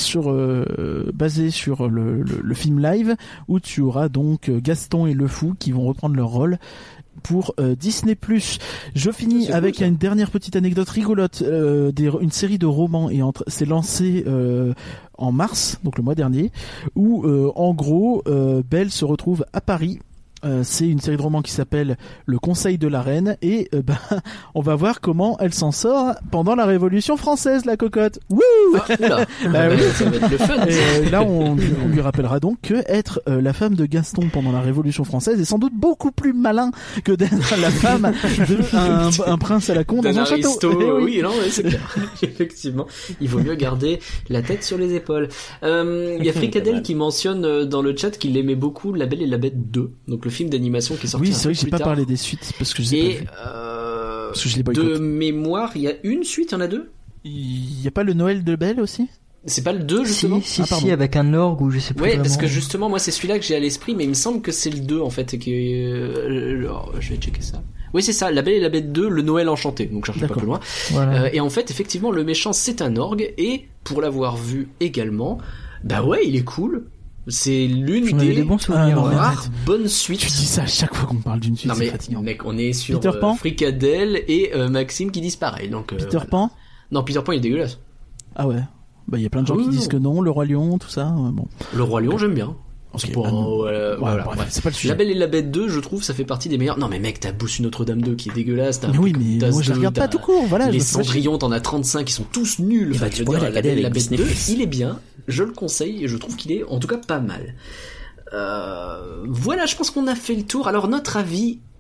Speaker 3: basée sur le film live, où tu auras donc Gaston et Le Fou qui vont reprendre leur rôle pour Disney+. Je finis avec une dernière petite anecdote rigolote, une série de romans, et c'est lancé en mars, donc le mois dernier, où en gros Belle se retrouve à Paris. C'est une série de romans qui s'appelle Le Conseil de la Reine, et on va voir comment elle s'en sort pendant la Révolution française, la cocotte. Wouh!
Speaker 1: Ça va être le fun.
Speaker 3: Et là, on lui rappellera donc que être la femme de Gaston pendant la Révolution française est sans doute beaucoup plus malin que d'être la femme d'un prince à la con dans un château.
Speaker 1: Oui, non, c'est clair. Effectivement, il vaut mieux garder la tête sur les épaules. Il y a Fricadelle qui mentionne dans le chat qu'il aimait beaucoup La Belle et la Bête 2, donc le film d'animation qui est sorti.
Speaker 3: Oui, c'est vrai que j'ai pas parlé des suites parce que je les ai pas vues. Parce que je les boycotte.
Speaker 1: De mémoire, il y a une suite, il y en a deux.
Speaker 3: Il y a pas le Noël de Belle aussi?
Speaker 1: C'est pas le 2 justement?
Speaker 2: Si, avec un orgue ou je sais pas.
Speaker 1: Ouais, parce que justement moi c'est celui-là que j'ai à l'esprit, mais il me semble que c'est le 2 en fait, je vais checker ça. Oui, c'est ça, La Belle et la Bête 2, le Noël enchanté, donc cherchez pas plus loin. Voilà. Et en fait, effectivement, le méchant c'est un orgue, et pour l'avoir vu également, il est cool. C'est l'une des
Speaker 2: bons souvenirs,
Speaker 1: rares bonnes suites.
Speaker 3: Tu dis ça à chaque fois qu'on parle d'une suite, c'est fatigant.
Speaker 1: Mec, on est sur
Speaker 3: Peter Pan,
Speaker 1: Fricadelle et Maxime qui disparaît. Donc,
Speaker 3: Peter Pan?
Speaker 1: Non, Peter Pan il est dégueulasse.
Speaker 3: Ah ouais. Il y a plein de gens qui disent que non, Le Roi Lion, tout ça. Bon.
Speaker 1: Le Roi Lion, j'aime bien.
Speaker 3: Okay,
Speaker 1: voilà.
Speaker 3: C'est pas le sujet.
Speaker 1: La Belle et la Bête 2, je trouve, ça fait partie des meilleurs. Non mais mec, t'as Bossu Notre-Dame 2 qui est dégueulasse.
Speaker 3: Oui, mais moi je regarde pas tout court. Voilà.
Speaker 1: Les Cendrillon, t'en as 35 qui sont tous nuls.
Speaker 8: Enfin, tu pourrais
Speaker 1: La Belle et la Bête 2, il est bien. Je le conseille et je trouve qu'il est en tout cas pas mal. Voilà, je pense qu'on a fait le tour. Alors notre avis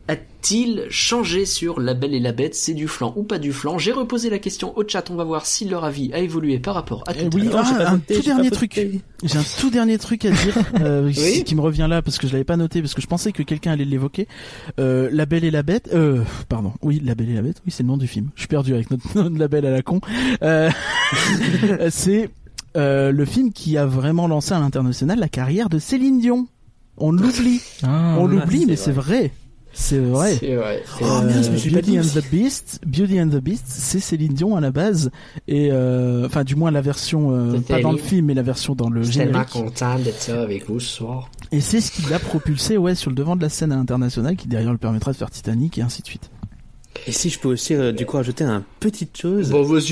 Speaker 1: a-t-il changé sur La Belle et la Bête? C'est du flan ou pas du flan? J'ai reposé la question au chat, on va voir si leur avis a évolué par rapport à tout à
Speaker 3: Oui,
Speaker 1: l'heure.
Speaker 3: un tout dernier truc. J'ai un tout dernier truc à dire
Speaker 1: Oui.
Speaker 3: qui me revient là parce que je l'avais pas noté parce que je pensais que quelqu'un allait l'évoquer. La Belle et la Bête. Pardon. Oui, La Belle et la Bête. Oui, c'est le nom du film. Je suis perdu avec notre label à la con. C'est le film qui a vraiment lancé à l'international la carrière de Céline Dion. On l'oublie. On l'oublie, mais c'est vrai. C'est vrai.
Speaker 1: C'est vrai.
Speaker 3: Oh mince, mais Beauty and the Beast, c'est Céline Dion à la base et enfin du moins la version pas dans le film mais la version dans le générique.
Speaker 1: Je suis tellement content d'être là avec vous ce soir.
Speaker 3: Et c'est ce qui l'a propulsé sur le devant de la scène à l'international qui derrière le permettra de faire Titanic et ainsi de suite.
Speaker 8: Et si je peux aussi du coup rajouter une petite chose.
Speaker 1: Bon, vas-y,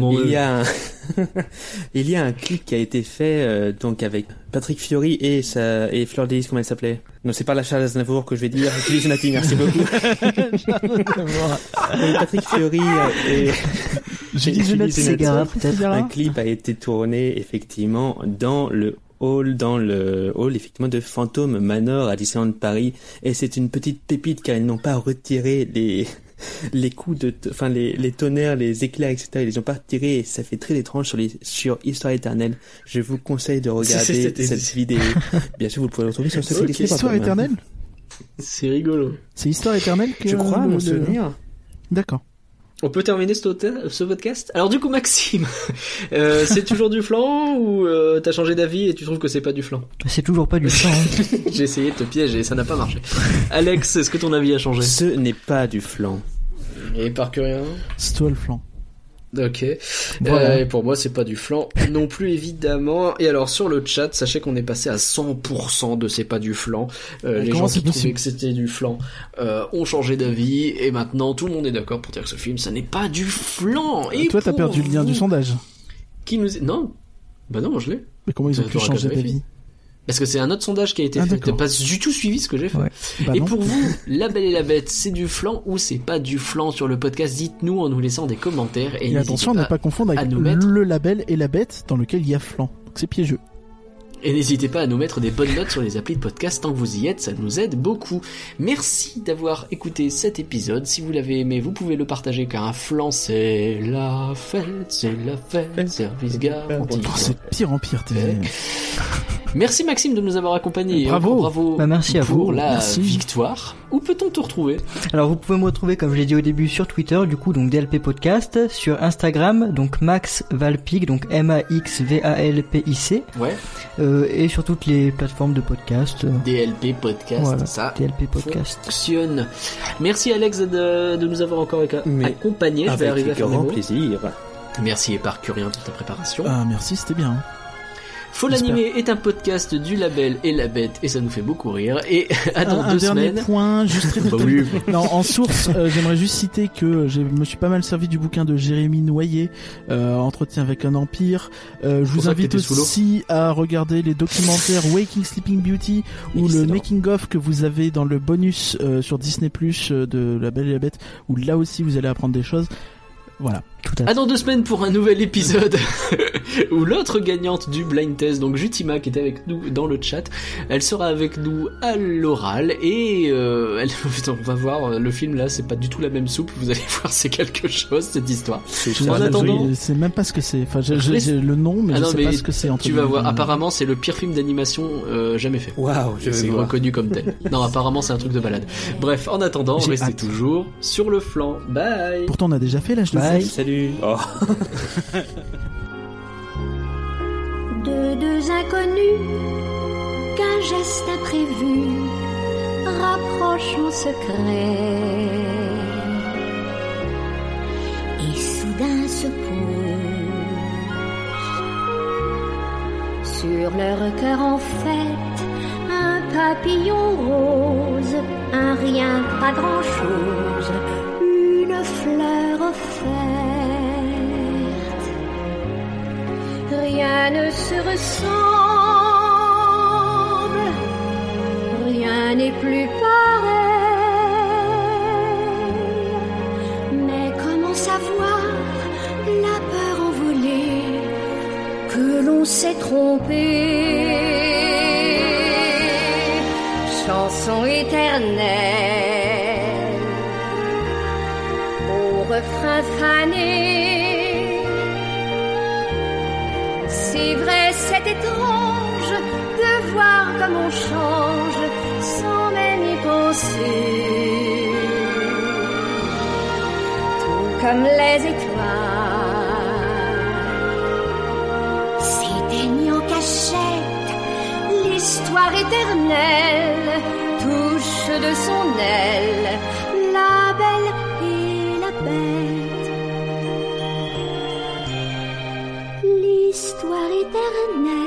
Speaker 8: il y a un clip qui a été fait donc avec Patrick Fiori et Fleur Delis, comment elle s'appelait? Non, c'est pas la Charles Aznavour que je vais dire. Julie Nati, merci beaucoup. Et Patrick Fiori et
Speaker 2: Julie Ségara, peut-être.
Speaker 8: Un clip a été tourné effectivement dans le hall effectivement de Phantom Manor à Disneyland Paris, et c'est une petite pépite car ils n'ont pas retiré les coups les tonnerres, les éclairs, etc. Ils les ont pas retirés et ça fait très étrange sur Histoire éternelle. Je vous conseille de regarder cette vidéo. Bien sûr, vous pouvez le retrouver sur ce site.
Speaker 3: Histoire éternelle?
Speaker 1: C'est rigolo.
Speaker 3: C'est Histoire éternelle que
Speaker 8: je crois, mon souvenir.
Speaker 3: D'accord.
Speaker 1: On peut terminer ce podcast. Alors du coup, Maxime, c'est toujours du flan ou t'as changé d'avis et tu trouves que c'est pas du flan?
Speaker 2: C'est toujours pas du flan. Hein.
Speaker 1: J'ai essayé de te piéger, ça n'a pas marché. Alex, est-ce que ton avis a changé?
Speaker 8: Ce n'est pas du flan.
Speaker 1: Et Parcurien?
Speaker 3: C'est toi le flan.
Speaker 1: Ok.
Speaker 2: Voilà.
Speaker 1: Et pour moi, c'est pas du flan non plus, évidemment. Et alors, sur le chat, sachez qu'on est passé à 100% de c'est pas du flan. Les gens qui trouvaient que c'était du flan ont changé d'avis. Et maintenant, tout le monde est d'accord pour dire que ce film, ça n'est pas du flan. Et
Speaker 3: toi, t'as perdu le lien du sondage.
Speaker 1: Qui nous... Non. Bah non, je l'ai.
Speaker 3: Mais comment ils ont pu changer d'avis?
Speaker 1: Parce que c'est un autre sondage qui a été fait. T'as pas du tout suivi ce que j'ai fait.
Speaker 2: Ouais.
Speaker 3: Bah
Speaker 1: et
Speaker 3: non.
Speaker 1: pour vous, La Belle et la Bête, c'est du flan ou c'est pas du flan sur le podcast? Dites-nous en nous laissant des commentaires. Et
Speaker 3: attention, ne pas confondre avec le label et la bête dans lequel il y a flan. C'est piégeux.
Speaker 1: Et n'hésitez pas à nous mettre des bonnes notes sur les applis de podcast tant que vous y êtes, ça nous aide beaucoup. Merci d'avoir écouté cet épisode. Si vous l'avez aimé, vous pouvez le partager car un flan c'est la fête, service garanti.
Speaker 3: Oh, c'est pire en pire.
Speaker 1: Merci Maxime de nous avoir accompagnés.
Speaker 3: Bravo.
Speaker 2: Bah, merci à vous.
Speaker 1: Pour la victoire. Où peut-on te retrouver?
Speaker 2: Alors vous pouvez me retrouver comme je l'ai dit au début sur Twitter, du coup donc DLP Podcast, sur Instagram donc Max Valpic donc MAXVALPIC.
Speaker 1: Ouais.
Speaker 2: Et sur toutes les plateformes de podcast.
Speaker 1: DLP Podcast,
Speaker 2: voilà,
Speaker 1: ça
Speaker 2: DLP Podcast.
Speaker 1: Fonctionne. Merci Alex de nous avoir encore accompagnés. Je vais arriver à faire
Speaker 8: grand plaisir.
Speaker 1: Merci Éparcurien pour ta préparation.
Speaker 3: Ah merci, c'était bien.
Speaker 1: Faut l'animer est un podcast du label et la bête et ça nous fait beaucoup rire. Et dans 2 semaines.
Speaker 3: Un dernier point, juste très
Speaker 1: bah oui.
Speaker 3: Non, en source, j'aimerais juste citer que je me suis pas mal servi du bouquin de Jérémy Noyer, Entretien avec un empire. Je vous invite aussi à regarder les documentaires Waking Sleeping Beauty ou le making of que vous avez dans le bonus sur Disney Plus de La Belle et la Bête, où là aussi vous allez apprendre des choses. Voilà.
Speaker 1: À dans 2 semaines pour un nouvel épisode où l'autre gagnante du blind test, donc Jutima qui était avec nous dans le chat, elle sera avec nous à l'oral et on va voir le film là, c'est pas du tout la même soupe, vous allez voir c'est quelque chose cette histoire. En attendant,
Speaker 3: je sais même pas ce que c'est. Enfin, j'ai le nom mais je sais pas ce que c'est.
Speaker 1: Tu vas voir. Apparemment, c'est le pire film d'animation jamais fait.
Speaker 8: Waouh,
Speaker 1: c'est reconnu comme tel. Non, apparemment, c'est un truc de balade. Bref, en attendant, restez toujours sur le flanc. Bye.
Speaker 3: Pourtant, on a déjà fait l'âge de
Speaker 2: Bye.
Speaker 8: Salut. Oh.
Speaker 5: De deux inconnus qu'un geste imprévu rapproche en secret et soudain se pose sur leur cœur en fête un papillon rose, un rien, pas grand chose, une fleur offerte. Rien ne se ressemble, rien n'est plus pareil. Mais comment savoir la peur envolée que l'on s'est trompé? Chanson éternelle c'est étrange de voir comme on change sans même y penser. Tout comme les étoiles s'éteignent en cachette, l'histoire éternelle touche de son aile la belle et la bête. L'histoire éternelle